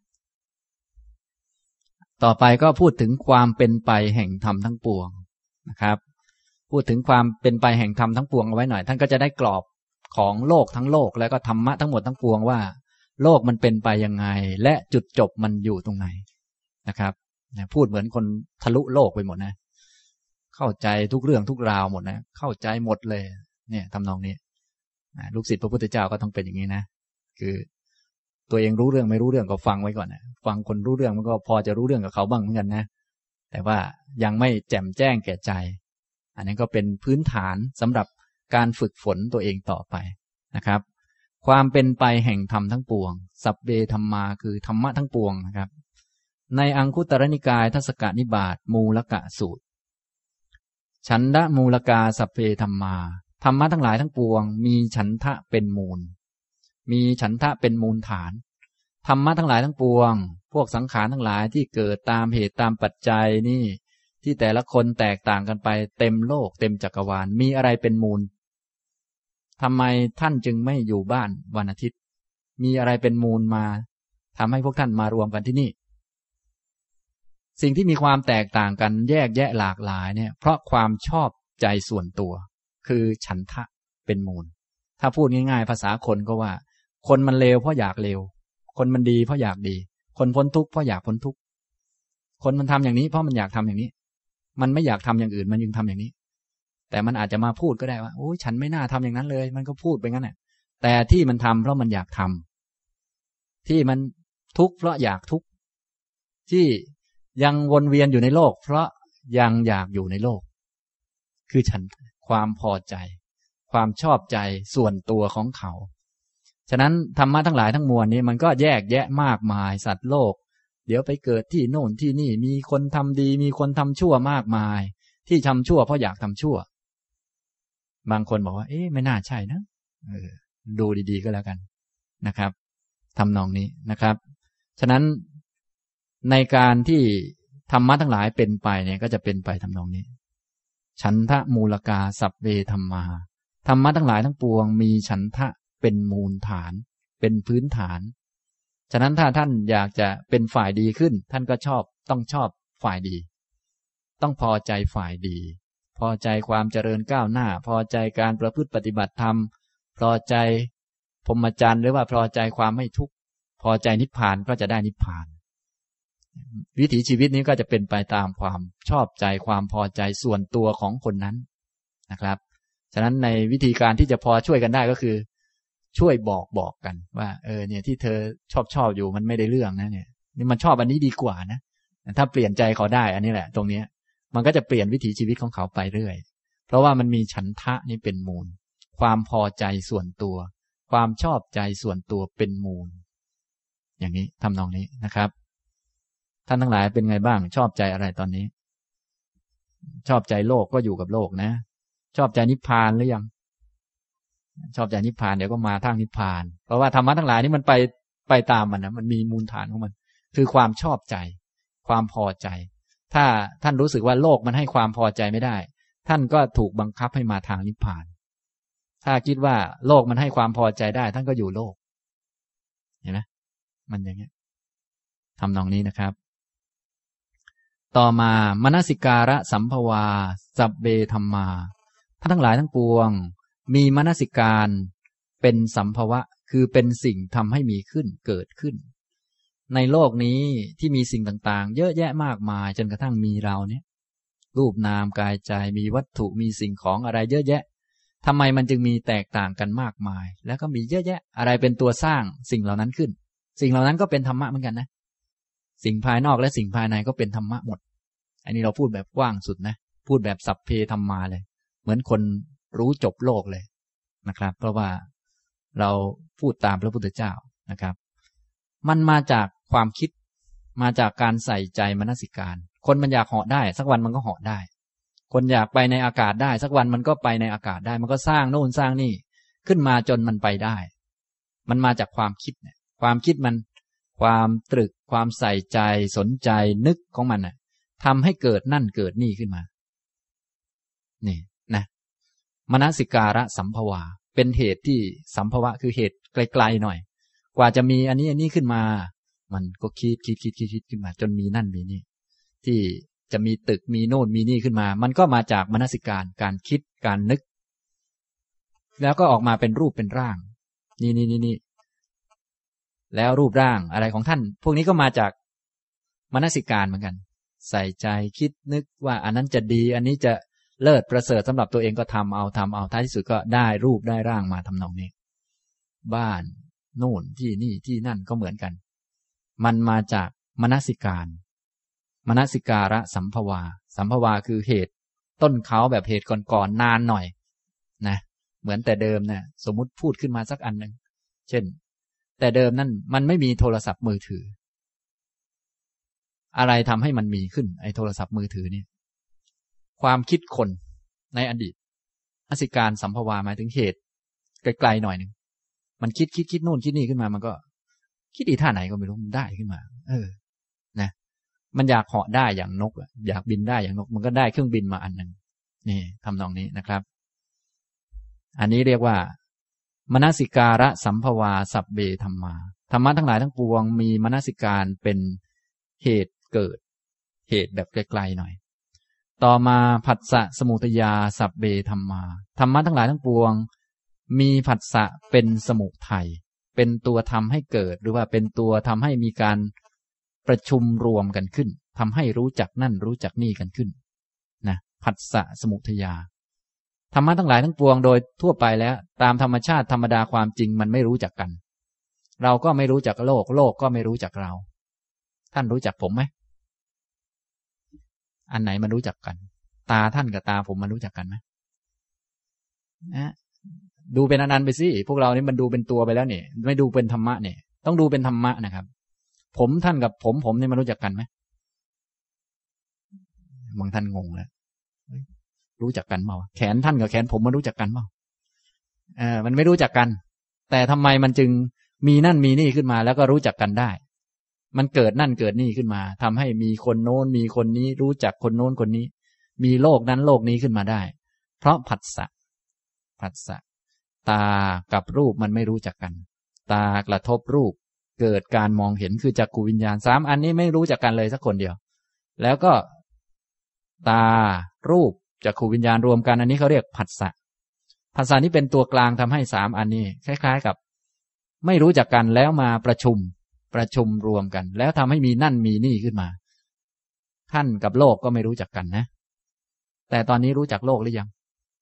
ต่อไปก็พูดถึงความเป็นไปแห่งธรรมทั้งปวงนะครับพูดถึงความเป็นไปแห่งธรรมทั้งปวงเอาไว้หน่อยท่านก็จะได้กรอบของโลกทั้งโลกแล้วก็ธรรมะทั้งหมดทั้งปวงว่าโลกมันเป็นไปยังไงและจุดจบมันอยู่ตรงไหนนะครับพูดเหมือนคนทะลุโลกไปหมดนะเข้าใจทุกเรื่องทุกราวหมดนะเข้าใจหมดเลยเนี่ยทำนองนี้ลูกศิษย์พระพุทธเจ้าก็ต้องเป็นอย่างนี้นะคือตัวเองรู้เรื่องไม่รู้เรื่องก็ฟังไว้ก่อนนะฟังคนรู้เรื่องมันก็พอจะรู้เรื่องกับเขาบ้างเหมือนกันนะแต่ว่ายังไม่แจ่มแจ้งแก่ใจอันนี้ก็เป็นพื้นฐานสำหรับการฝึกฝนตัวเองต่อไปนะครับความเป็นไปแห่งธรรมทั้งปวงสัพเพธัมมาคือธรรมะทั้งปวงนะครับในอังคุตรนิกายทัศกนิบาตมูลกะสูตรฉันทะมูลกาสัพเพธัมมาธรรมะทั้งหลายทั้งปวงมีฉันทะเป็นมูลมีฉันทะเป็นมูลฐานธรรมะทั้งหลายทั้งปวงพวกสังขารทั้งหลายที่เกิดตามเหตุตามปัจจัยนี่ที่แต่ละคนแตกต่างกันไปเต็มโลกเต็มจักรวาลมีอะไรเป็นมูลทำไมท่านจึงไม่อยู่บ้านวันอาทิตย์มีอะไรเป็นมูลมาทำให้พวกท่านมารวมกันที่นี่สิ่งที่มีความแตกต่างกันแยกแยะหลากหลายเนี่ยเพราะความชอบใจส่วนตัวคือฉันทะเป็นมูลถ้าพูดง่ายๆภาษาคนก็ว่าคนมันเลวเพราะอยากเลวคนมันดีเพราะอยากดีคนพ้นทุกข์เพราะอยากพ้นทุกข์คนมันทำอย่างนี้เพราะมันอยากทำอย่างนี้มันไม่อยากทำอย่างอื่นมันยังทำอย่างนี้แต่มันอาจจะมาพูดก็ได้ว่าโอ้ยฉันไม่น่าทำอย่างนั้นเลยมันก็พูดไปงั้นแหละแต่ที่มันทำเพราะมันอยากทำที่มันทุกข์เพราะอยากทุกข์ที่ยังวนเวียนอยู่ในโลกเพราะยังอยากอยู่ในโลกคือฉันความพอใจความชอบใจส่วนตัวของเขาฉะนั้นธรรมะทั้งหลายทั้งมวลนี้มันก็แยกแยะมากมายสัตว์โลกเดี๋ยวไปเกิดที่โน่นที่นี่มีคนทำดีมีคนทำชั่วมากมายที่ทำชั่วเพราะอยากทำชั่วบางคนบอกว่าเอ๊ะไม่น่าใช่นะดูดีๆก็แล้วกันนะครับทำนองนี้นะครับฉะนั้นในการที่ธรรมะทั้งหลายเป็นไปเนี่ยก็จะเป็นไปทำนองนี้ฉันทะมูลกาสัพเพธัมมาธรรมะทั้งหลายทั้งปวงมีฉันทะเป็นมูลฐานเป็นพื้นฐานฉะนั้นถ้าท่านอยากจะเป็นฝ่ายดีขึ้นท่านก็ต้องชอบฝ่ายดีต้องพอใจฝ่ายดีพอใจความเจริญก้าวหน้าพอใจการประพฤติปฏิบัติธรรมพอใจพรหมจรรย์หรือว่าพอใจความไม่ทุกข์พอใจนิพพานก็จะได้นิพพานวิถีชีวิตนี้ก็จะเป็นไปตามความชอบใจความพอใจส่วนตัวของคนนั้นนะครับฉะนั้นในวิธีการที่จะพอช่วยกันได้ก็คือช่วยบอกกันว่าเนี่ยที่เธอชอบอยู่มันไม่ได้เรื่องนะเนี่ยนี่มันชอบอันนี้ดีกว่านะถ้าเปลี่ยนใจเขาได้อันนี้แหละตรงนี้มันก็จะเปลี่ยนวิถีชีวิตของเขาไปเรื่อยเพราะว่ามันมีฉันทะนี่เป็นมูลความพอใจส่วนตัวความชอบใจส่วนตัวเป็นมูลอย่างนี้ทำนองนี้นะครับท่านทั้งหลายเป็นไงบ้างชอบใจอะไรตอนนี้ชอบใจโลกก็อยู่กับโลกนะชอบใจนิพพานหรือยังชอบใจนิพพานเดี๋ยวก็มาทางนิพพานเพราะว่าธรรมะทั้งหลายนี่มันไปตามมันนะมันมีมูลฐานของมันคือความชอบใจความพอใจถ้าท่านรู้สึกว่าโลกมันให้ความพอใจไม่ได้ท่านก็ถูกบังคับให้มาทางนิพพานถ้าคิดว่าโลกมันให้ความพอใจได้ท่านก็อยู่โลกเห็นไหมมันอย่างนี้ทำนองนี้นะครับต่อมามนสิการะสัมภวาสัพเพธัมมาท่านทั้งหลายทั้งปวงมีมนสิการเป็นสัมภวะคือเป็นสิ่งทำให้มีขึ้นเกิดขึ้นในโลกนี้ที่มีสิ่งต่างๆเยอะแยะมากมายจนกระทั่งมีเราเนี่ยรูปนามกายใจมีวัตถุมีสิ่งของอะไรเยอะแยะทำไมมันจึงมีแตกต่างกันมากมายแล้วก็มีเยอะแยะอะไรเป็นตัวสร้างสิ่งเหล่านั้นขึ้นสิ่งเหล่านั้นก็เป็นธรรมะเหมือนกันนะสิ่งภายนอกและสิ่งภายในก็เป็นธรรมะหมดอันนี้เราพูดแบบกว้างสุดนะพูดแบบสัพเพธัมมาเลยเหมือนคนรู้จบโลกเลยนะครับเพราะว่าเราพูดตามพระพุทธเจ้านะครับมันมาจากความคิดมาจากการใส่ใจมนสิการคนมันอยากเหาะได้สักวันมันก็เหาะได้คนอยากไปในอากาศได้สักวันมันก็ไปในอากาศได้มันก็สร้างโน่นสร้างนี่ขึ้นมาจนมันไปได้มันมาจากความคิดเนี่ยความคิดมันความตรึกความใส่ใจสนใจนึกของมันน่ะทำให้เกิดนั่นเกิดนี่ขึ้นมานี่นะมนสิการะสัมภวาเป็นเหตุที่สัมภวะคือเหตุไกลๆหน่อยกว่าจะมีอันนี้ขึ้นมามันก็คิดขึ้นมาจนมีนั่นมีนี่ที่จะมีตึกมีโน่นมีนี่ขึ้นมามันก็มาจากมนสิการคิดการนึกแล้วก็ออกมาเป็นรูปเป็นร่างนี่แล้วรูปร่างอะไรของท่านพวกนี้ก็มาจากมนสิการเหมือนกันใส่ใจคิดนึกว่าอันนั้นจะดีอันนี้จะเลิศประเสริฐสำหรับตัวเองก็ทำเอาท้ายที่สุดก็ได้รูปได้ร่างมาทำนองนี้บ้านโน่นที่นี่ที่นั่นก็เหมือนกันมันมาจากมนสิการะสัมภวาคือเหตุต้นเขาแบบเหตุก่อนๆนานหน่อยนะเหมือนแต่เดิมเนี่ยสมมุติพูดขึ้นมาสักอันหนึ่งเช่นแต่เดิมนั่นมันไม่มีโทรศัพท์มือถืออะไรทำให้มันมีขึ้นไอ้โทรศัพท์มือถือนี่ความคิดคนในอดีตมนสิการสัมภวาหมายถึงเหตุไกลๆหน่อยหนึ่งมันคิดโน่นคิดนี่ขึ้นมามันก็คิดอีท่าไหนก็ไม่รู้มันได้ขึ้นมานะมันอยากเหาะได้อย่างนกอยากบินได้อย่างนกมันก็ได้เครื่องบินมาอันหนึ่งนี่ทำนองนี้นะครับอันนี้เรียกว่ามนสิการะสัมภวาสัพเบธัมมาธรรมะทั้งหลายทั้งปวงมีมนสิการเป็นเหตุเกิดเหตุแบบไกลๆหน่อยต่อมาผัสสะสมุทัยาสัพเบธัมมาธรรมะทั้งหลายทั้งปวงมีผัสสะเป็นสมุทัยเป็นตัวทำให้เกิดหรือว่าเป็นตัวทำให้มีการประชุมรวมกันขึ้นทำให้รู้จักนั่นรู้จักนี่กันขึ้นนะผัสสะสมุทัยาธรรมะทั้งหลายทั้งปวงโดยทั่วไปแล้วตามธรรมชาติธรรมดาความจริงมันไม่รู้จักกันเราก็ไม่รู้จักโลกโลกก็ไม่รู้จักเราท่านรู้จักผมไหมอันไหนมันรู้จักกันตาท่านกับตาผมมันรู้จักกันไหมนะดูเป็นอนันต์ไปสิพวกเรานี่มันดูเป็นตัวไปแล้วเนี่ยไม่ดูเป็นธรรมะเนี่ยต้องดูเป็นธรรมะนะครับผมท่านกับผมนี่มันรู้จักกันไหมบางท่านงงแล้วรู้จักกันเปล่าแขนท่านกับแขนผมมันรู้จักกันเปล่ามันไม่รู้จักกันแต่ทำไมมันจึงมีนั่นมีนี่ขึ้นมาแล้วก็รู้จักกันได้มันเกิดนั่นเกิดนี่ขึ้นมาทำให้มีคนโน้นมีคนนี้รู้จักคนโน้นคนนี้มีโลกนั้นโลกนี้ขึ้นมาได้เพราะผัสสะตากับรูปมันไม่รู้จักกันตากระทบรูปเกิดการมองเห็นคือจักขุวิญญาณ3อันนี้ไม่รู้จักกันเลยสักคนเดียวแล้วก็ตารูปจักขุวิญญาณรวมกันอันนี้เขาเรียกผัสสะนี้เป็นตัวกลางทำให้3อันนี้คล้ายๆกับไม่รู้จักกันแล้วมาประชุมรวมกันแล้วทำให้มีนั่นมีนี่ขึ้นมาท่านกับโลกก็ไม่รู้จักกันนะแต่ตอนนี้รู้จักโลกหรือยัง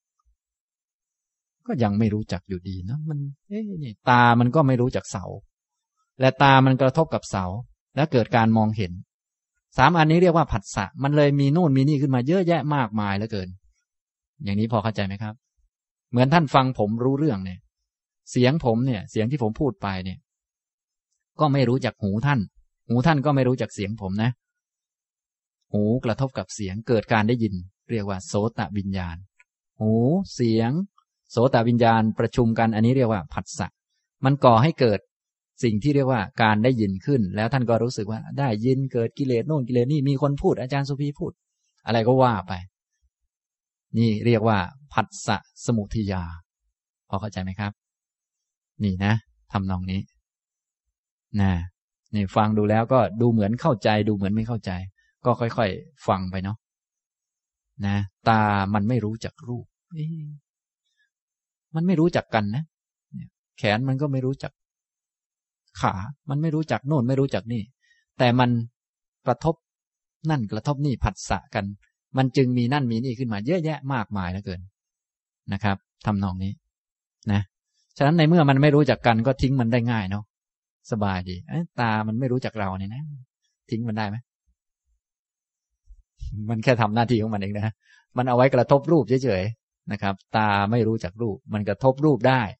ก็ยังไม่รู้จักอยู่ดีนะมันนี่ตามันก็ไม่รู้จักเสาและตามันกระทบกับเสาแล้วเกิดการมองเห็น3อันนี้เรียกว่าผัสสะมันเลยมีโน่นมีนี่ขึ้นมาเยอะแยะมากมายเหลือเกินอย่างนี้พอเข้าใจไหมครับเหมือนท่านฟังผมรู้เรื่องเนี่ยเสียงผมเนี่ยเสียงที่ผมพูดไปเนี่ยก็ไม่รู้จักหูท่านก็ไม่รู้จักเสียงผมนะหูกระทบกับเสียงเกิดการได้ยินเรียกว่าโสตวิญญาณหูเสียงโสตวิญญาณประชุมกันอันนี้เรียกว่าผัสสะมันก่อให้เกิดสิ่งที่เรียกว่าการได้ยินขึ้นแล้วท่านก็รู้สึกว่าได้ยินเกิดกิเลสโน่นกิเลสนี่มีคนพูดอาจารย์สุภีพูดอะไรก็ว่าไปนี่เรียกว่าผัสสะสมุทัยาพอเข้าใจไหมครับนี่นะทำนองนี้นี่ฟังดูแล้วก็ดูเหมือนเข้าใจดูเหมือนไม่เข้าใจก็ค่อยๆฟังไปเนาะนะตามันไม่รู้จักรูปมันไม่รู้จักกันนะแขนมันก็ไม่รู้จักขามันไม่รู้จักโน่นไม่รู้จักนี่แต่มันกระทบนั่นกระทบนี่ผัสสะกันมันจึงมีนั่นมีนี่ขึ้นมาเยอะแยะมากมายเหลือเกินนะครับทำนองนี้นะฉะนั้นในเมื่อมันไม่รู้จักกันก็ทิ้งมันได้ง่ายเนาะสบายดีตามันไม่รู้จักเราเนี่ยนะทิ้งมันได้ไหมมันแค่ทำหน้าที่ของมันเองนะมันเอาไว้กระทบรูปเฉยๆนะครับตาไม่รู้จักรูปมันกระทบรูปได้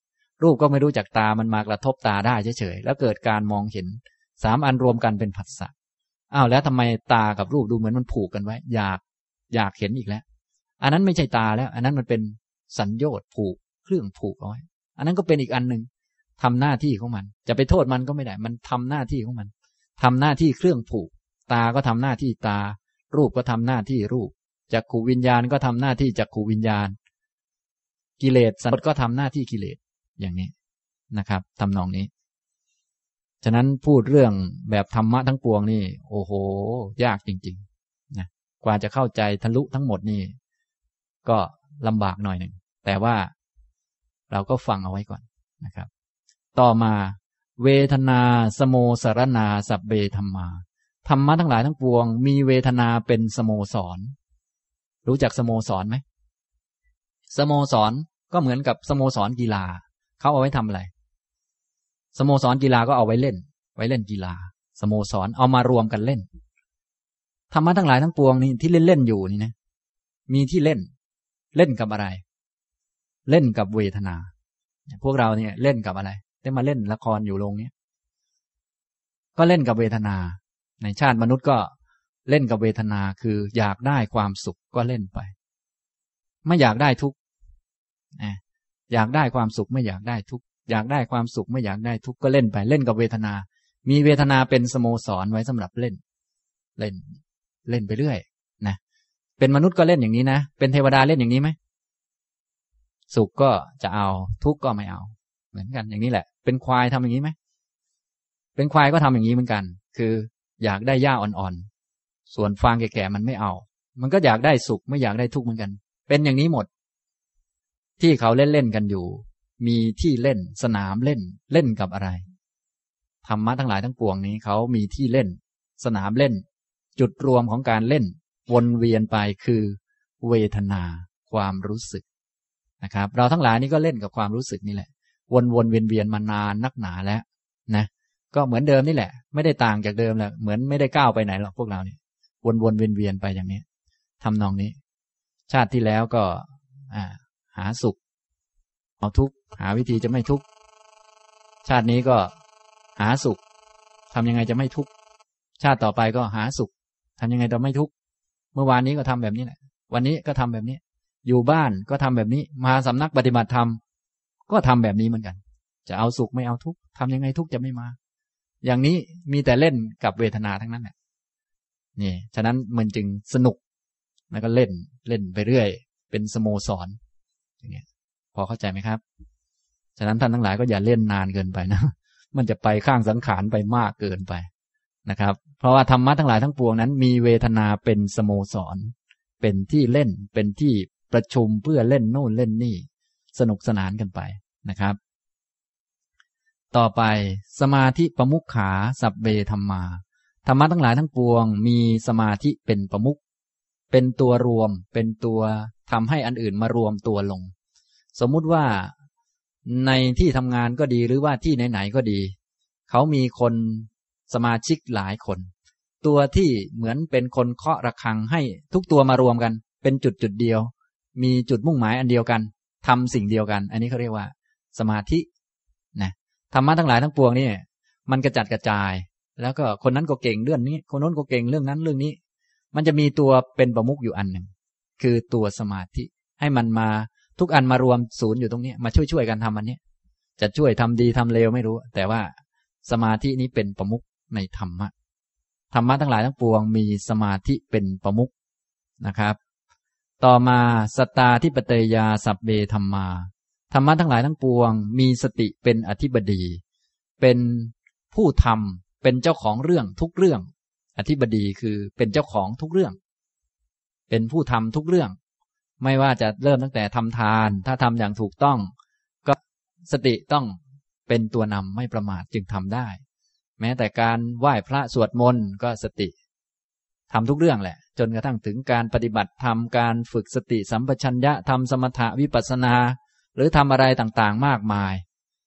รูปก็ไม่รู้จักตามันมากระทบตาได้เฉยๆแล้วเกิดการมองเห็น3 อันรวมกันเป็นผัสสะอ้าวแล้วทำไมตากับรูปดูเหมือนมันผูกกันไว้อยากเห็นอีกแล้วอันนั้นไม่ใช่ตาแล้วอันนั้นมันเป็นสัญโยชน์ผูกเครื่องผูกเอาไว้อันนั้นก็เป็นอีกอันหนึ่งทำหน้าที่ของมันจะไปโทษมันก็ไม่ได้มันทำหน้าที่ของมันทำหน้าที่เครื่องผูกตาก็ทำหน้าที่ตารูปก็ทำหน้าที่รูปจักขุวิญญาณก็ทำหน้าที่จักขุวิญญาณกิเลสสัญญาก็ทำหน้าที่กิเลสอย่างนี้นะครับทำนองนี้ฉะนั้นพูดเรื่องแบบธรรมะทั้งปวงนี่โอ้โหยากจริงๆนะกว่าจะเข้าใจทะลุทั้งหมดนี่ก็ลำบากหน่อยหนึ่งแต่ว่าเราก็ฟังเอาไว้ก่อนนะครับต่อมาเวทนาสโมสรณาสัพเบธัมมาธรรมะทั้งหลายทั้งปวงมีเวทนาเป็นสโมสรรู้จักสโมสรไหมสโมสรก็เหมือนกับสโมสรกีฬาเขาเอาไว้ทำอะไรสโมสรกีฬาก็เอาไว้เล่นกีฬาสโมสรเอามารวมกันเล่นธรรมะทั้งหลายทั้งปวงนี่ที่เล่นอยู่นี่นะมีที่เล่นกับอะไรเล่นกับเวทนาพวกเราเนี่ยเล่นกับอะไรได้มาเล่นละครอยู่โรงนี้ก็เล่นกับเวทนาในชาติมนุษย์ก็เล่นกับเวทนาคืออยากได้ความสุขก็เล่นไปไม่อยากได้ทุกข์อยากได้ความสุขไม่อยากได้ทุกข์อยากได้ความสุขไม่อยากได้ทุกข์ก็เล่นไปเล่นกับเวทนามีเวทนาเป็นสโมสรไว้สำหรับเล่นไปเรื่อยนะเป็นมนุษย์ก็เล่นอย่างนี้นะเป็นเทวดาเล่นอย่างนี้ไหมสุขก็จะเอาทุกข์ก็ไม่เอาเหมือนกันอย่างนี้แหละเป็นควายทำอย่างนี้ไหมเป็นควายก็ทำอย่างนี้เหมือนกันคืออยากได้หญ้าอ่อนๆส่วนฟางแก่ๆมันไม่เอามันก็อยากได้สุขไม่อยากได้ทุกข์เหมือนกันเป็นอย่างนี้หมดที่เขาเล่นกันอยู่มีที่เล่นสนามเล่นกับอะไรธรรมะทั้งหลายทั้งปวงนี้เขามีที่เล่นสนามเล่นจุดรวมของการเล่นวนเวียนไปคือเวทนาความรู้สึกนะครับเราทั้งหลายนี่ก็เล่นกับความรู้สึกนี่แหละวนเวียนมานานนักหนาแล้วนะก็เหมือนเดิมนี่แหละไม่ได้ต่างจากเดิมแหละเหมือนไม่ได้ก้าวไปไหนหรอกพวกเราเนี่ยวนเวียนไปอย่างนี้ทำนองนี้ชาติที่แล้วก็หาสุขเอาทุกข์หาวิธีจะไม่ทุกข์ชาตินี้ก็หาสุขทำยังไงจะไม่ทุกข์ชาติต่อไปก็หาสุขทำยังไงจะไม่ทุกข์เมื่อวานนี้ก็ทำแบบนี้แหละวันนี้ก็ทำแบบนี้อยู่บ้านก็ทำแบบนี้มาสำนักปฏิบัติธรรมก็ทำแบบนี้เหมือนกันจะเอาสุขไม่เอาทุกข์ทำยังไงทุกข์จะไม่มาอย่างนี้มีแต่เล่นกับเวทนาทั้งนั้นแหละนี่ฉะนั้นมันจึงสนุกแล้วก็เล่นไปเรื่อยเป็นสโมสรอย่างเงี้ยพอเข้าใจไหมครับฉะนั้นท่านทั้งหลายก็อย่าเล่นนานเกินไปนะมันจะไปข้างสังขารไปมากเกินไปนะครับเพราะว่าธรรมะทั้งหลายทั้งปวงนั้นมีเวทนาเป็นสโมสรเป็นที่เล่นเป็นที่ประชุมเพื่อเล่นโน่นเล่นนี่สนุกสนานกันไปนะครับต่อไปสมาธิประมุขขาสัพเบธัมมาธรรมะทั้งหลายทั้งปวงมีสมาธิเป็นประมุขเป็นตัวรวมเป็นตัวทำให้อันอื่นมารวมตัวลงสมมุติว่าในที่ทำงานก็ดีหรือว่าที่ไหนๆก็ดีเขามีคนสมาชิกหลายคนตัวที่เหมือนเป็นคนเคาะระฆังให้ทุกตัวมารวมกันเป็นจุดเดียวมีจุดมุ่งหมายอันเดียวกันทำสิ่งเดียวกันอันนี้เขาเรียกว่าสมาธินะธรรมะทั้งหลายทั้งปวงนี่มันกระจัดกระจายแล้วก็คนนั้นก็เก่งเรื่องนี้คนโน้นก็เก่งเรื่องนั้นเรื่องนี้มันจะมีตัวเป็นประมุขอยู่อันหนึ่งคือตัวสมาธิให้มันมาทุกอันมารวมศูนย์อยู่ตรงนี้มาช่วยกันทำอันนี้จะช่วยทำดีทำเลวไม่รู้แต่ว่าสมาธินี้เป็นประมุขในธรรมะทั้งหลายทั้งปวงมีสมาธิเป็นประมุขนะครับต่อมาสตตาธิปไตยาสัพเบธัมมาธรรมะทั้งหลายทั้งปวงมีสติเป็นอธิบดีเป็นผู้ทำเป็นเจ้าของเรื่องทุกเรื่องอธิบดีคือเป็นเจ้าของทุกเรื่องเป็นผู้ทำทุกเรื่องไม่ว่าจะเริ่มตั้งแต่ทำทานถ้าทำอย่างถูกต้องก็สติต้องเป็นตัวนำไม่ประมาทจึงทำได้แม้แต่การไหว้พระสวดมนต์ก็สติทำทุกเรื่องแหละจนกระทั่งถึงการปฏิบัติธรรมการฝึกสติสัมปชัญญะทำสมถะวิปัสสนาหรือทำอะไรต่างๆมากมาย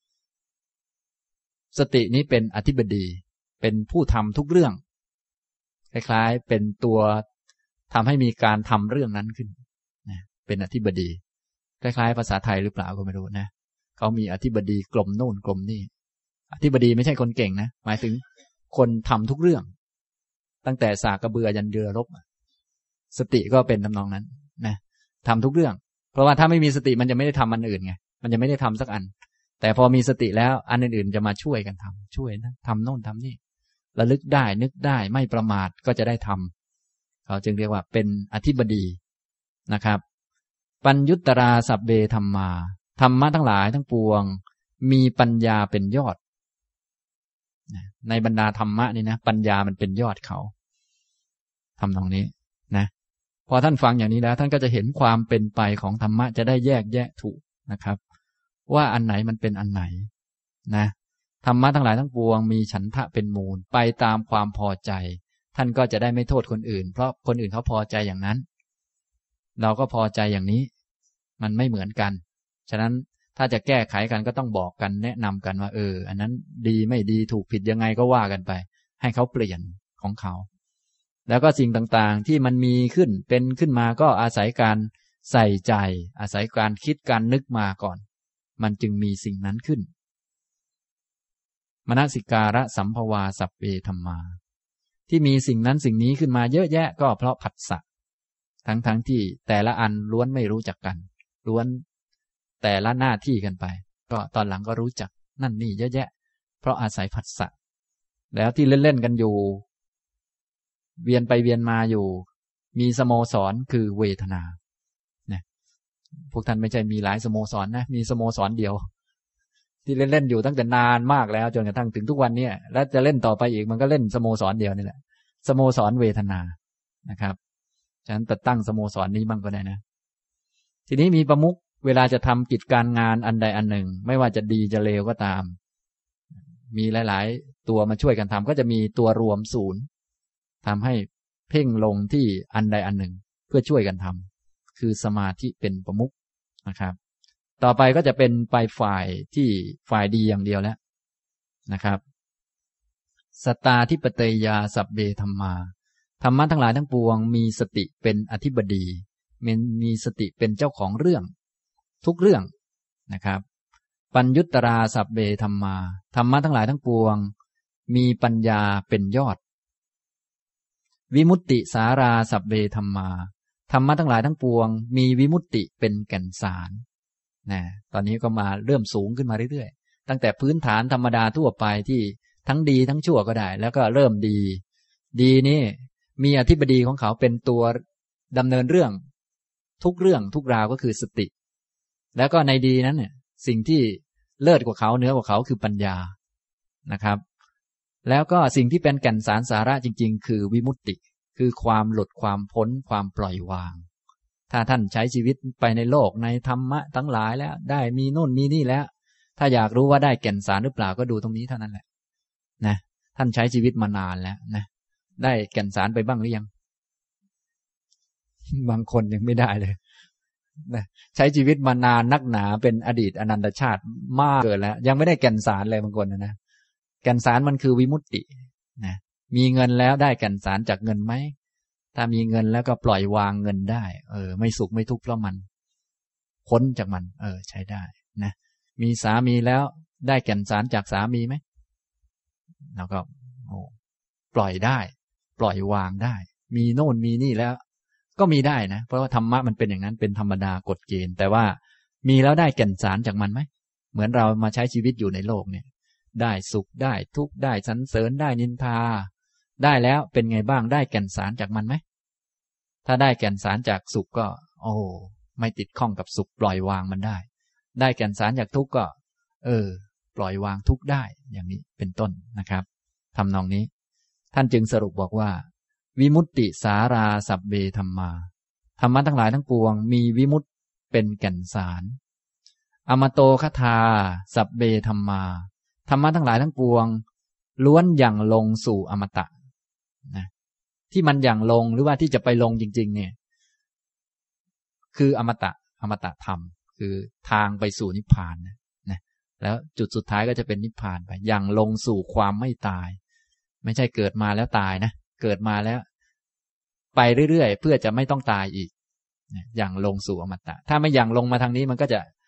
สตินี้เป็นอธิบดีเป็นผู้ทำทุกเรื่องคล้ายๆเป็นตัวทำให้มีการทำเรื่องนั้นขึ้นนะเป็นอธิบดีคล้ายๆภาษาไทยหรือเปล่าก็ไม่รู้นะเขามีอธิบดีกรมโน่นกรมนี่อธิบดีไม่ใช่คนเก่งนะหมายถึงคนทำทุกเรื่องตั้งแต่สากกระเบือยันเรือรบสติก็เป็นทำนองนั้นนะทำทุกเรื่องเพราะว่าถ้าไม่มีสติมันจะไม่ได้ทำอันอื่นไงมันจะไม่ได้ทำสักอันแต่พอมีสติแล้วอันอื่นๆจะมาช่วยกันทำช่วยนะทำโน่นทำนี่ระลึกได้นึกได้ไม่ประมาทก็จะได้ทำเขาจึงเรียกว่าเป็นอธิบดีนะครับปัญยุตตราสัพเบธัมมาธรรมะทั้งหลายทั้งปวงมีปัญญาเป็นยอดในบรรดาธรรมะนี่นะปัญญามันเป็นยอดเขาทำตรงนี้นะพอท่านฟังอย่างนี้แล้วท่านก็จะเห็นความเป็นไปของธรรมะจะได้แยกแยะถูกนะครับว่าอันไหนมันเป็นอันไหนนะธรรมะทั้งหลายทั้งปวงมีฉันทะเป็นมูลไปตามความพอใจท่านก็จะได้ไม่โทษคนอื่นเพราะคนอื่นเขาพอใจอย่างนั้นเราก็พอใจอย่างนี้มันไม่เหมือนกันฉะนั้นถ้าจะแก้ไขกันก็ต้องบอกกันแนะนำกันว่าอันนั้นดีไม่ดีถูกผิดยังไงก็ว่ากันไปให้เขาเปลี่ยนของเขาแล้วก็สิ่งต่างๆที่มันมีขึ้นเป็นขึ้นมาก็อาศัยการใส่ใจอาศัยการคิดการนึกมาก่อนมันจึงมีสิ่งนั้นขึ้นมนสิการะสัมภวาสัพเพธัมมาที่มีสิ่งนั้นสิ่งนี้ขึ้นมาเยอะแยะก็เพราะผัสสะทั้งที่แต่ละอันล้วนไม่รู้จักกันล้วนแต่ละหน้าที่กันไปก็ตอนหลังก็รู้จักนั่นนี่เยอะแยะเพราะอาศัยผัสสะแล้วที่เล่นๆกันอยู่เวียนไปเวียนมาอยู่มีสโมสรคือเวทนาเนี่ยพวกท่านไม่ใช่มีหลายสโมสรนะมีสโมสรเดียวที่เล่นๆอยู่ตั้งแต่นานมากแล้วจนกระทั่งถึงทุกวันนี้และจะเล่นต่อไปอีกมันก็เล่นสโมสรเดียวนี่แหละสโมสรเวทนานะครับฉะนั้นตั้งสโมสรนี้บ้างก็ได้นะทีนี้มีประมุขเวลาจะทำกิจการงานอันใดอันหนึ่งไม่ว่าจะดีจะเลวก็ตามมีหลายๆตัวมาช่วยกันทำก็จะมีตัวรวมศูนย์ทำให้เพ่งลงที่อันใดอันหนึ่งเพื่อช่วยกันทำคือสมาธิเป็นประมุขนะครับต่อไปก็จะเป็นไปฝ่ายดีอย่างเดียวแล้วนะครับสตาธิปไตยาสัพเบธัมมาธรรมะทั้งหลายทั้งปวงมีสติเป็นอธิบดีมีสติเป็นเจ้าของเรื่องทุกเรื่องนะครับปัญยุตตราสัพเบธัมมาธรรมะทั้งหลายทั้งปวงมีปัญญาเป็นยอดวิมุตติสาราสัพเบธัมมาธรรมะทั้งหลายทั้งปวงมีวิมุตติเป็นแก่นสารนะตอนนี้ก็มาเริ่มสูงขึ้นมาเรื่อยๆตั้งแต่พื้นฐานธรรมดาทั่วไปที่ทั้งดีทั้งชั่วก็ได้แล้วก็เริ่มดีนี่มีอธิบดีของเขาเป็นตัวดำเนินเรื่องทุกราวก็คือสติแล้วก็ในดีนั้นเนี่ยสิ่งที่เลิศกว่าเขาเหนือกว่าเขาคือปัญญานะครับแล้วก็สิ่งที่เป็นแก่นสารสาระจริงๆคือวิมุตติคือความหลุดความพ้นความปล่อยวางถ้าท่านใช้ชีวิตไปในโลกในธรรมะทั้งหลายแล้วได้มีโน่นมีนี่แล้วถ้าอยากรู้ว่าได้แก่นสารหรือเปล่าก็ดูตรงนี้เท่านั้นแหละนะท่านใช้ชีวิตมานานแล้วนะได้แก่นสารไปบ้างหรือยังบางคนยังไม่ได้เลยนะใช้ชีวิตมานานนักหนาเป็นอดีตอนันตชาติมากเกินแล้วยังไม่ได้แก่นสารเลยบางคนนะแก่นสารมันคือวิมุตตินะมีเงินแล้วได้แก่นสารจากเงินไหมถ้ามีเงินแล้วก็ปล่อยวางเงินได้ไม่สุขไม่ทุกข์เพราะมันพ้นจากมันใช้ได้นะมีสามีแล้วได้แก่นสารจากสามีไหมแล้วก็ปล่อยได้ปล่อยวางได้มีโน่นมีนี่แล้วก็มีได้นะเพราะว่าธรรมะมันเป็นอย่างนั้นเป็นธรรมดากฎเกณฑ์แต่ว่ามีแล้วได้แก่นสารจากมันไหมเหมือนเรามาใช้ชีวิตอยู่ในโลกเนี่ยได้สุขได้ทุกข์ได้สรรเสริญได้นินทาได้แล้วเป็นไงบ้างได้แก่นสารจากมันไหมถ้าได้แก่นสารจากสุขก็ไม่ติดข้องกับสุขปล่อยวางมันได้ได้แก่นสารจากทุกข์ก็ปล่อยวางทุกข์ได้อย่างนี้เป็นต้นนะครับทำนองนี้ท่านจึงสรุปบอกว่าวิมุตติสาราสัพเบธัมมาธรรมะทั้งหลายทั้งปวงมีวิมุตติเป็นแก่นสารอมโตคทาสัพเบธัมมาธรรมะทั้งหลายทั้งปวงล้วนอย่างลงสู่อมตะนะที่มันอย่างลงหรือว่าที่จะไปลงจริงๆเนี่ยคืออมตะธรรมคือทางไปสู่นิพพานนะแล้วจุดสุดท้ายก็จะเป็นนิพพานไปอย่างลงสู่ความไม่ตายไม่ใช่เกิดมาแล้วตายนะเกิดมาแล้วไปเรื่อยๆเพื่อจะไม่ต้องตายอีกอย่างลงสู่อมตะถ้าไม่อย่างลงมาทางนี้มันก็จะ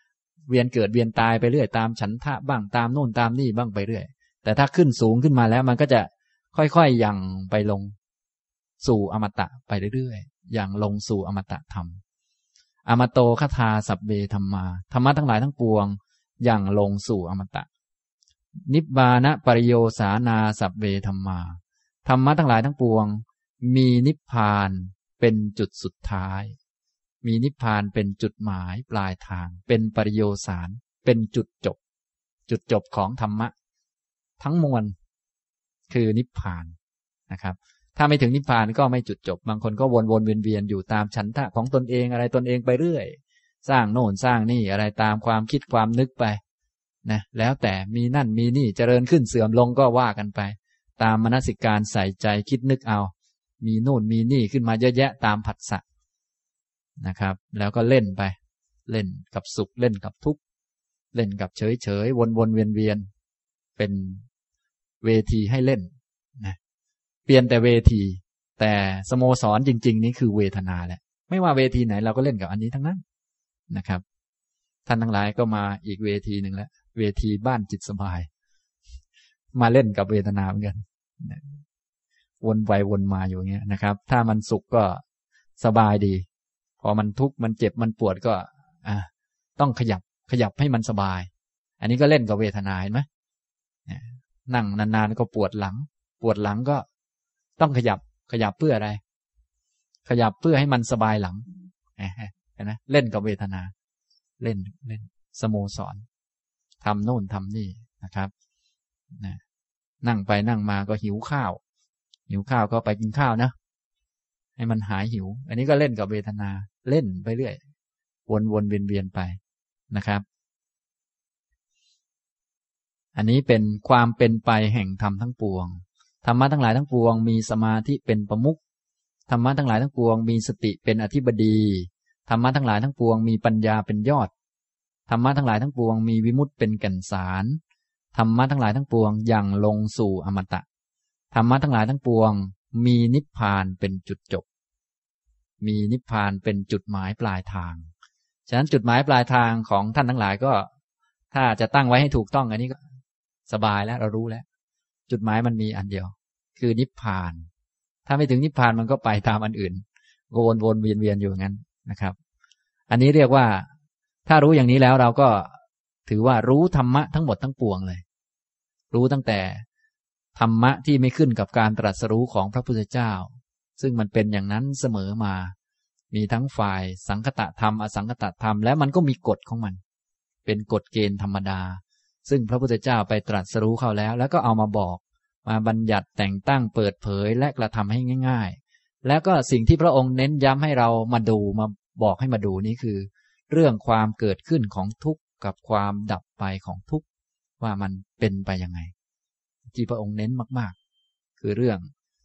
เวียนเกิดเวียนตายไปเรื่อยตามฉันทะบ้างตามโน่นตามนี่บ้างไปเรื่อยแต่ถ้าขึ้นสูงขึ้นมาแล้วมันก็จะค่อยๆยังไปลงสู่อมตะไปเรื่อยๆอย่างลงสู่อมตะธรรมอมโตคทาสัพเบธัมมาธรรมะทั้งหลายทั้งปวงอย่างลงสู่อมตะนิบบานะปริโยสานาสัพเบธัมมาธรรมะทั้งหลายทั้งปวงมีนิพพานเป็นจุดสุดท้ายมีนิพพานเป็นจุดหมายปลายทางเป็นปริโยสารเป็นจุดจบของธรรมะทั้งมวลคือนิพพานนะครับถ้าไม่ถึงนิพพานก็ไม่จุดจบบางคนก็วนๆเวียนๆอยู่ตามฉันทะของตนเองอะไรตนเองไปเรื่อยสร้างโน่นสร้างนี่อะไรตามความคิดความนึกไปนะแล้วแต่มีนั่นมีนี่เจริญขึ้นเสื่อมลงก็ว่ากันไปตามมนสิการใส่ใจคิดนึกเอามีโน่นมีนี่ขึ้นมาเยอะแยะตามผัสสะนะครับแล้วก็เล่นไปเล่นกับสุขเล่นกับทุกข์เล่นกับเฉยๆวนๆเวียนๆเป็นเวทีให้เล่นนะเปลี่ยนแต่เวทีแต่สโมสรจริงๆนี่คือเวทนาแหละไม่ว่าเวทีไหนเราก็เล่นกับอันนี้ทั้งนั้นนะครับท่านทั้งหลายก็มาอีกเวทีหนึ่งแล้วเวทีบ้านจิตสบายมาเล่นกับเวทนาเหมือนกันวนไปวนมาอยู่อย่างเงี้ยนะครับถ้ามันสุขก็สบายดีพอมันทุกข์มันเจ็บมันปวดก็ต้องขยับให้มันสบายอันนี้ก็เล่นกับเวทนาเห็นไหมนั่งนานๆก็ปวดหลังก็ต้องขยับเพื่ออะไรขยับเพื่อให้มันสบายหลังเห็นไหมเล่นกับเวทนาเล่นสโมสรทำโน่นทำนี่นะครับนั่งไปนั่งมาก็หิวข้าวก็ไปกินข้าวนะให้มันหายหิวอันนี้ก็เล่นกับเวทนาเล่นไปเรื่อยวนๆเวียนๆไปนะครับอันนี้เป็นความเป็นไปแห่งธรรมทั้งปวงธรรมะทั้งหลายทั้งปวงมีสมาธิเป็นประมุขธรรมะทั้งหลายทั้งปวงมีสติเป็นอธิบดีธรรมะทั้งหลายทั้งปวงมีปัญญาเป็นยอดธรรมะทั้งหลายทั้งปวงมีวิมุตติเป็นแก่นสารธรรมะทั้งหลายทั้งปวงอย่างลงสู่อมตะธรรมะทั้งหลายทั้งปวงมีนิพพานเป็นจุดจบมีนิพพานเป็นจุดหมายปลายทางฉะนั้นจุดหมายปลายทางของท่านทั้งหลายก็ถ้าจะตั้งไว้ให้ถูกต้องอันนี้ก็สบายแล้วเรารู้แล้วจุดหมายมันมีอันเดียวคือนิพพานถ้าไม่ถึงนิพพานมันก็ไปตามอันอื่นวนเวียนอยู่อย่างนั้นนะครับอันนี้เรียกว่าถ้ารู้อย่างนี้แล้วเราก็ถือว่ารู้ธรรมะทั้งหมดทั้งปวงเลยรู้ตั้งแต่ธรรมะที่ไม่ขึ้นกับการตรัสรู้ของพระพุทธเจ้าซึ่งมันเป็นอย่างนั้นเสมอมามีทั้งฝ่ายสังคตธรรมอสังคตธรรมและมันก็มีกฎของมันเป็นกฎเกณฑ์ธรรมดาซึ่งพระพุทธเจ้าไปตรัสรู้เข้าแล้วก็เอามาบอกมาบัญญัติแต่งตั้งเปิดเผยและกระทำให้ง่ายๆแล้วก็สิ่งที่พระองค์เน้นย้ำให้เรามาดูมาบอกให้มาดูนี้คือเรื่องความเกิดขึ้นของทุกข์กับความดับไปของทุกข์ว่ามันเป็นไปยังไงที่พระองค์เน้นมากๆคือเรื่อง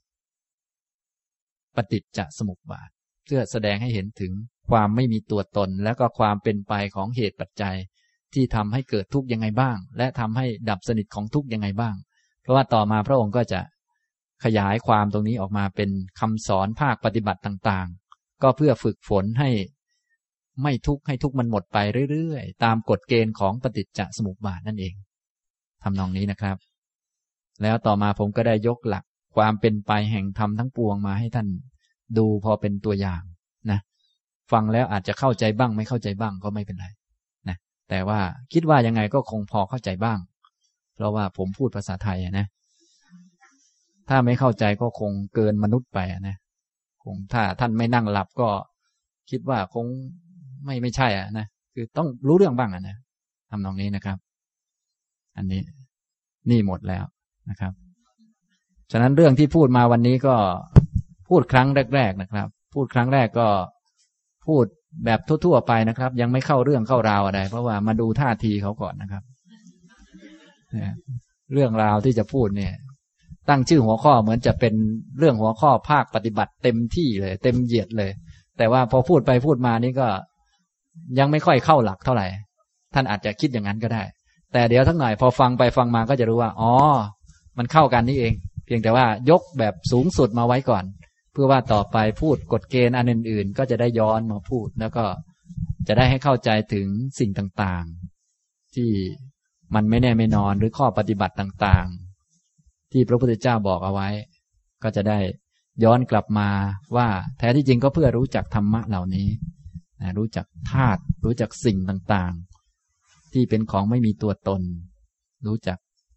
ปฏิจจสมุปบาทเพื่อแสดงให้เห็นถึงความไม่มีตัวตนและก็ความเป็นไปของเหตุปัจจัยที่ทำให้เกิดทุกข์ยังไงบ้างและทำให้ดับสนิทของทุกข์ยังไงบ้างเพราะว่าต่อมาพระองค์ก็จะขยายความตรงนี้ออกมาเป็นคำสอนภาคปฏิบัติต่างๆก็เพื่อฝึกฝนให้ไม่ทุกข์ให้ทุกข์มันหมดไปเรื่อยๆตามกฎเกณฑ์ของปฏิจจสมุปบาทนั่นเองทำนองนี้นะครับแล้วต่อมาผมก็ได้ยกหลักความเป็นไปแห่งธรรมทั้งปวงมาให้ท่านดูพอเป็นตัวอย่างนะฟังแล้วอาจจะเข้าใจบ้างไม่เข้าใจบ้างก็ไม่เป็นไรนะแต่ว่าคิดว่ายังไงก็คงพอเข้าใจบ้างเพราะว่าผมพูดภาษาไทยนะถ้าไม่เข้าใจก็คงเกินมนุษย์ไปนะคงถ้าท่านไม่นั่งหลับก็คิดว่าคงไม่ใช่นะคือต้องรู้เรื่องบ้างนะทำนองนี้นะครับอันนี้นี่หมดแล้วนะครับฉะนั้นเรื่องที่พูดมาวันนี้ก็พูดครั้งแรกๆนะครับพูดครั้งแรกก็พูดแบบทั่วๆไปนะครับยังไม่เข้าเรื่องเข้าราวอะไรเพราะว่ามาดูท่าทีเขาก่อนนะครับเรื่องราวที่จะพูดเนี่ยตั้งชื่อหัวข้อเหมือนจะเป็นเรื่องหัวข้อภาคปฏิบัติเต็มที่เลยเต็มเหยียดเลยแต่ว่าพอพูดไปพูดมานี่ก็ยังไม่ค่อยเข้าหลักเท่าไหร่ท่านอาจจะคิดอย่างนั้นก็ได้แต่เดี๋ยวทั้งหน่อยพอฟังไปฟังมาก็จะรู้ว่าอ๋อมันเข้ากันนี่เองเพียงแต่ว่ายกแบบสูงสุดมาไว้ก่อนเพื่อว่าต่อไปพูดกฎเกณฑ์อันอื่นๆก็จะได้ย้อนมาพูดแล้วก็จะได้ให้เข้าใจถึงสิ่งต่างที่มันไม่แน่ไม่นอนหรือข้อปฏิบัติต่างๆที่พระพุทธเจ้าบอกเอาไว้ก็จะได้ย้อนกลับมาว่าแท้ที่จริงก็เพื่อรู้จักธรรมะเหล่านี้รู้จักธาตุรู้จักสิ่งต่างๆที่เป็นของไม่มีตัวตนรู้จัก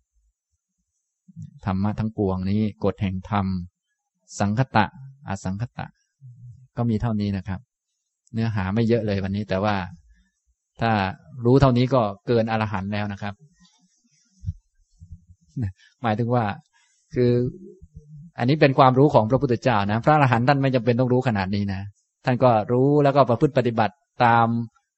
ธรรมะทั้งปวงนี้กฎแห่งธรรมสังคตะอสังคตะก็มีเท่านี้นะครับเนื้อหาไม่เยอะเลยวันนี้แต่ว่าถ้ารู้เท่านี้ก็เกินอรหันต์แล้วนะครับหมายถึงว่าคืออันนี้เป็นความรู้ของพระพุทธเจ้านะพระอรหันต์ท่านไม่จำเป็นต้องรู้ขนาดนี้นะท่านก็รู้แล้วก็ประพฤติปฏิบัติตาม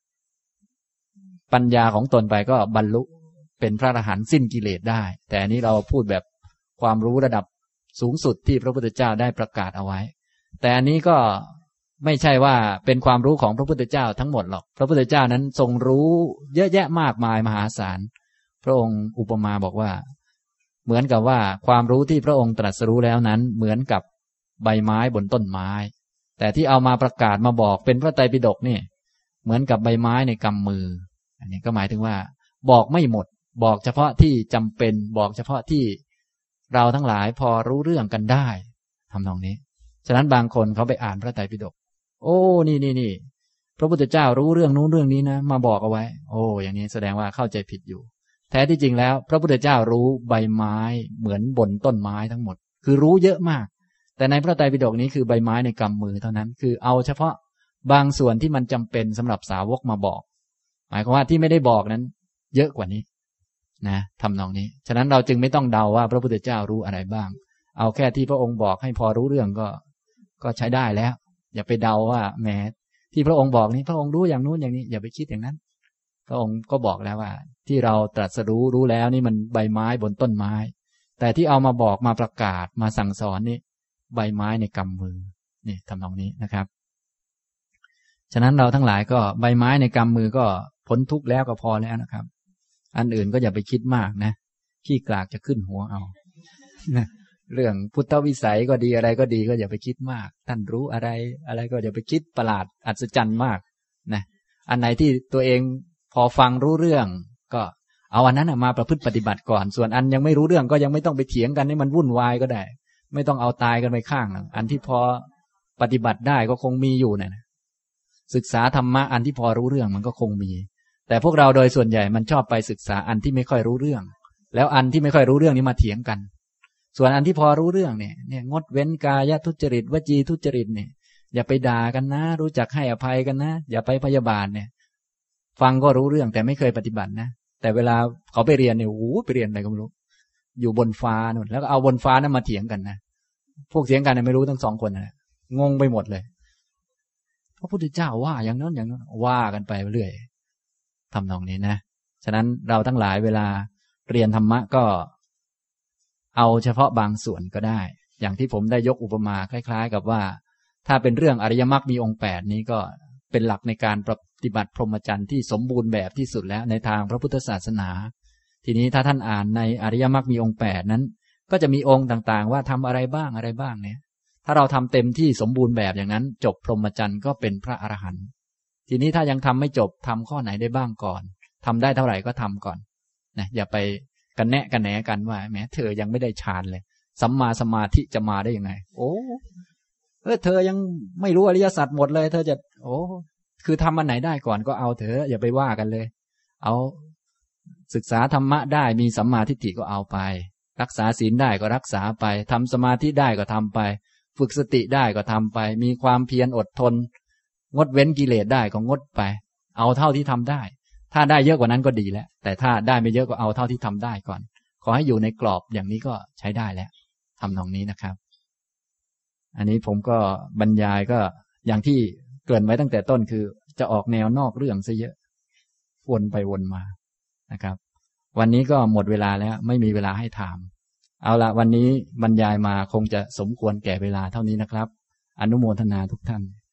ปัญญาของตนไปก็บรรลุเป็นพระอรหันต์สิ้นกิเลสได้แต่อันนี้เราพูดแบบความรู้ระดับสูงสุดที่พระพุทธเจ้าได้ประกาศเอาไว้แต่อันนี้ก็ไม่ใช่ว่าเป็นความรู้ของพระพุทธเจ้าทั้งหมดหรอกพระพุทธเจ้านั้นทรงรู้เยอะแยะมากมายมหาศาลพระองค์อุปมาบอกว่าเหมือนกับว่าความรู้ที่พระองค์ตรัสรู้แล้วนั้นเหมือนกับใบไม้บนต้นไม้แต่ที่เอามาประกาศมาบอกเป็นพระไตรปิฎกนี่เหมือนกับใบไม้ในกำมืออันนี้ก็หมายถึงว่าบอกไม่หมดบอกเฉพาะที่จำเป็นบอกเฉพาะที่เราทั้งหลายพอรู้เรื่องกันได้ทำนองนี้ฉะนั้นบางคนเขาไปอ่านพระไตรปิฎกโอ้นี่พระพุทธเจ้ารู้เรื่องนู้นเรื่องนี้นะมาบอกเอาไว้โอ้อย่างนี้แสดงว่าเข้าใจผิดอยู่แท้ที่จริงแล้วพระพุทธเจ้ารู้ใบไม้เหมือนบนต้นไม้ทั้งหมดคือรู้เยอะมากแต่ในพระไตรปิฎกนี้คือใบไม้ในกำมือเท่านั้นคือเอาเฉพาะบางส่วนที่มันจำเป็นสำหรับสาวกมาบอกหมายความว่าที่ไม่ได้บอกนั้นเยอะกว่านี้นะทำนองนี้ฉะนั้นเราจึงไม่ต้องเดาว่าพระพุทธเจ้ารู้อะไรบ้างเอาแค่ที่พระองค์บอกให้พอรู้เรื่องก็ใช้ได้แล้วอย่าไปเดาว่าแม้ที่พระองค์บอกนี้พระองค์รู้อย่างนู้นอย่างนี้อย่าไปคิดอย่างนั้นพระองค์ก็บอกแล้วว่าที่เราตรัสรู้แล้วนี่มันใบไม้บนต้นไม้แต่ที่เอามาบอกมาประกาศมาสั่งสอนนี่ใบไม้ในกำมือนี่ทำนองนี้นะครับฉะนั้นเราทั้งหลายก็ใบไม้ในกำมือก็พ้นทุกข์แล้วก็พอแล้วนะครับอันอื่นก็อย่าไปคิดมากนะขี้กลากจะขึ้นหัวเอานะเรื่องพุทธวิสัยก็ดีอะไรก็ดีก็อย่าไปคิดมากท่านรู้อะไรก็อย่าไปคิดประหลาดอัศจรรย์มากนะอันไหนที่ตัวเองพอฟังรู้เรื่องก็เอาอันนั้นมาประพฤติปฏิบัติก่อนส่วนอันยังไม่รู้เรื่องก็ยังไม่ต้องไปเถียงกันให้มันวุ่นวายก็ได้ไม่ต้องเอาตายกันไปข้างอันที่พอปฏิบัติได้ก็คงมีอยู่นะศึกษาธรรมะอันที่พอรู้เรื่องมันก็คงมีแต่พวกเราโดยส่วนใหญ่มันชอบไปศึกษาอันที่ไม่ค่อยรู้เรื่องแล้วอันที่ไม่ค่อยรู้เรื่องนี้มาเถียงกันส่วนอันที่พอรู้เรื่องเนี่ยงดเว้นกายทุจริตวจีทุจริตเนี่ยอย่าไปด่ากันนะรู้จักให้อภัยกันนะอย่าไปพยาบาทเนี่ยฟังก็รู้เรื่องแต่ไม่เคยปฏิบัตินะแต่เวลาเขาไปเรียนเนี่ยโอ้ไปเรียนอะไรก็ไม่รู้อยู่บนฟ้านู่นแล้วก็เอาบนฟ้านั้นมาเถียงกันนะพวกเถียงกันเนี่ยไม่รู้ทั้งสองคนนะงงไปหมดเลยพระพุทธเจ้าว่าอย่างนั้นอย่างนั้นว่ากันไปเรื่อยทำนองนี้นะฉะนั้นเราทั้งหลายเวลาเรียนธรรมะก็เอาเฉพาะบางส่วนก็ได้อย่างที่ผมได้ยกอุปมาคล้ายๆกับว่าถ้าเป็นเรื่องอริยมรรคมีองค์8นี้ก็เป็นหลักในการปฏิบัติพรหมจรรย์ที่สมบูรณ์แบบที่สุดแล้วในทางพระพุทธศาสนาทีนี้ถ้าท่านอ่านในอริยมรรคมีองค์8นั้นก็จะมีองค์ต่างๆว่าทำอะไรบ้างเนี่ยถ้าเราทำเต็มที่สมบูรณ์แบบอย่างนั้นจบพรหมจรรย์ก็เป็นพระอรหันต์ทีนี้ถ้ายังทำไม่จบทำข้อไหนได้บ้างก่อนทำได้เท่าไหร่ก็ทำก่อนนะอย่าไปกันแนะกันแหนกันว่าแม้เธอยังไม่ได้ฌานเลยสัมมาสมาธิจะมาได้ยังไงโอ้เธอยังไม่รู้อริยสัจหมดเลยเธอจะคือทำอันไหนได้ก่อนก็เอาเถอะอย่าไปว่ากันเลยเอาศึกษาธรรมะได้มีสัมมาทิฏฐิก็เอาไปรักษาศีลได้ก็รักษาไปทำสมาธิได้ก็ทำไปฝึกสติได้ก็ทำไปมีความเพียรอดทนงดเว้นกิเลสได้ก็งดไปเอาเท่าที่ทำได้ถ้าได้เยอะกว่านั้นก็ดีแล้วแต่ถ้าได้ไม่เยอะก็เอาเท่าที่ทำได้ก่อนขอให้อยู่ในกรอบอย่างนี้ก็ใช้ได้แล้วทำตรงนี้นะครับอันนี้ผมก็บรรยายก็อย่างที่เกริ่นไว้ตั้งแต่ต้นคือจะออกแนวนอกเรื่องซะเยอะวนไปวนมานะครับวันนี้ก็หมดเวลาแล้วไม่มีเวลาให้ถามเอาละวันนี้บรรยายมาคงจะสมควรแก่เวลาเท่านี้นะครับอนุโมทนาทุกท่าน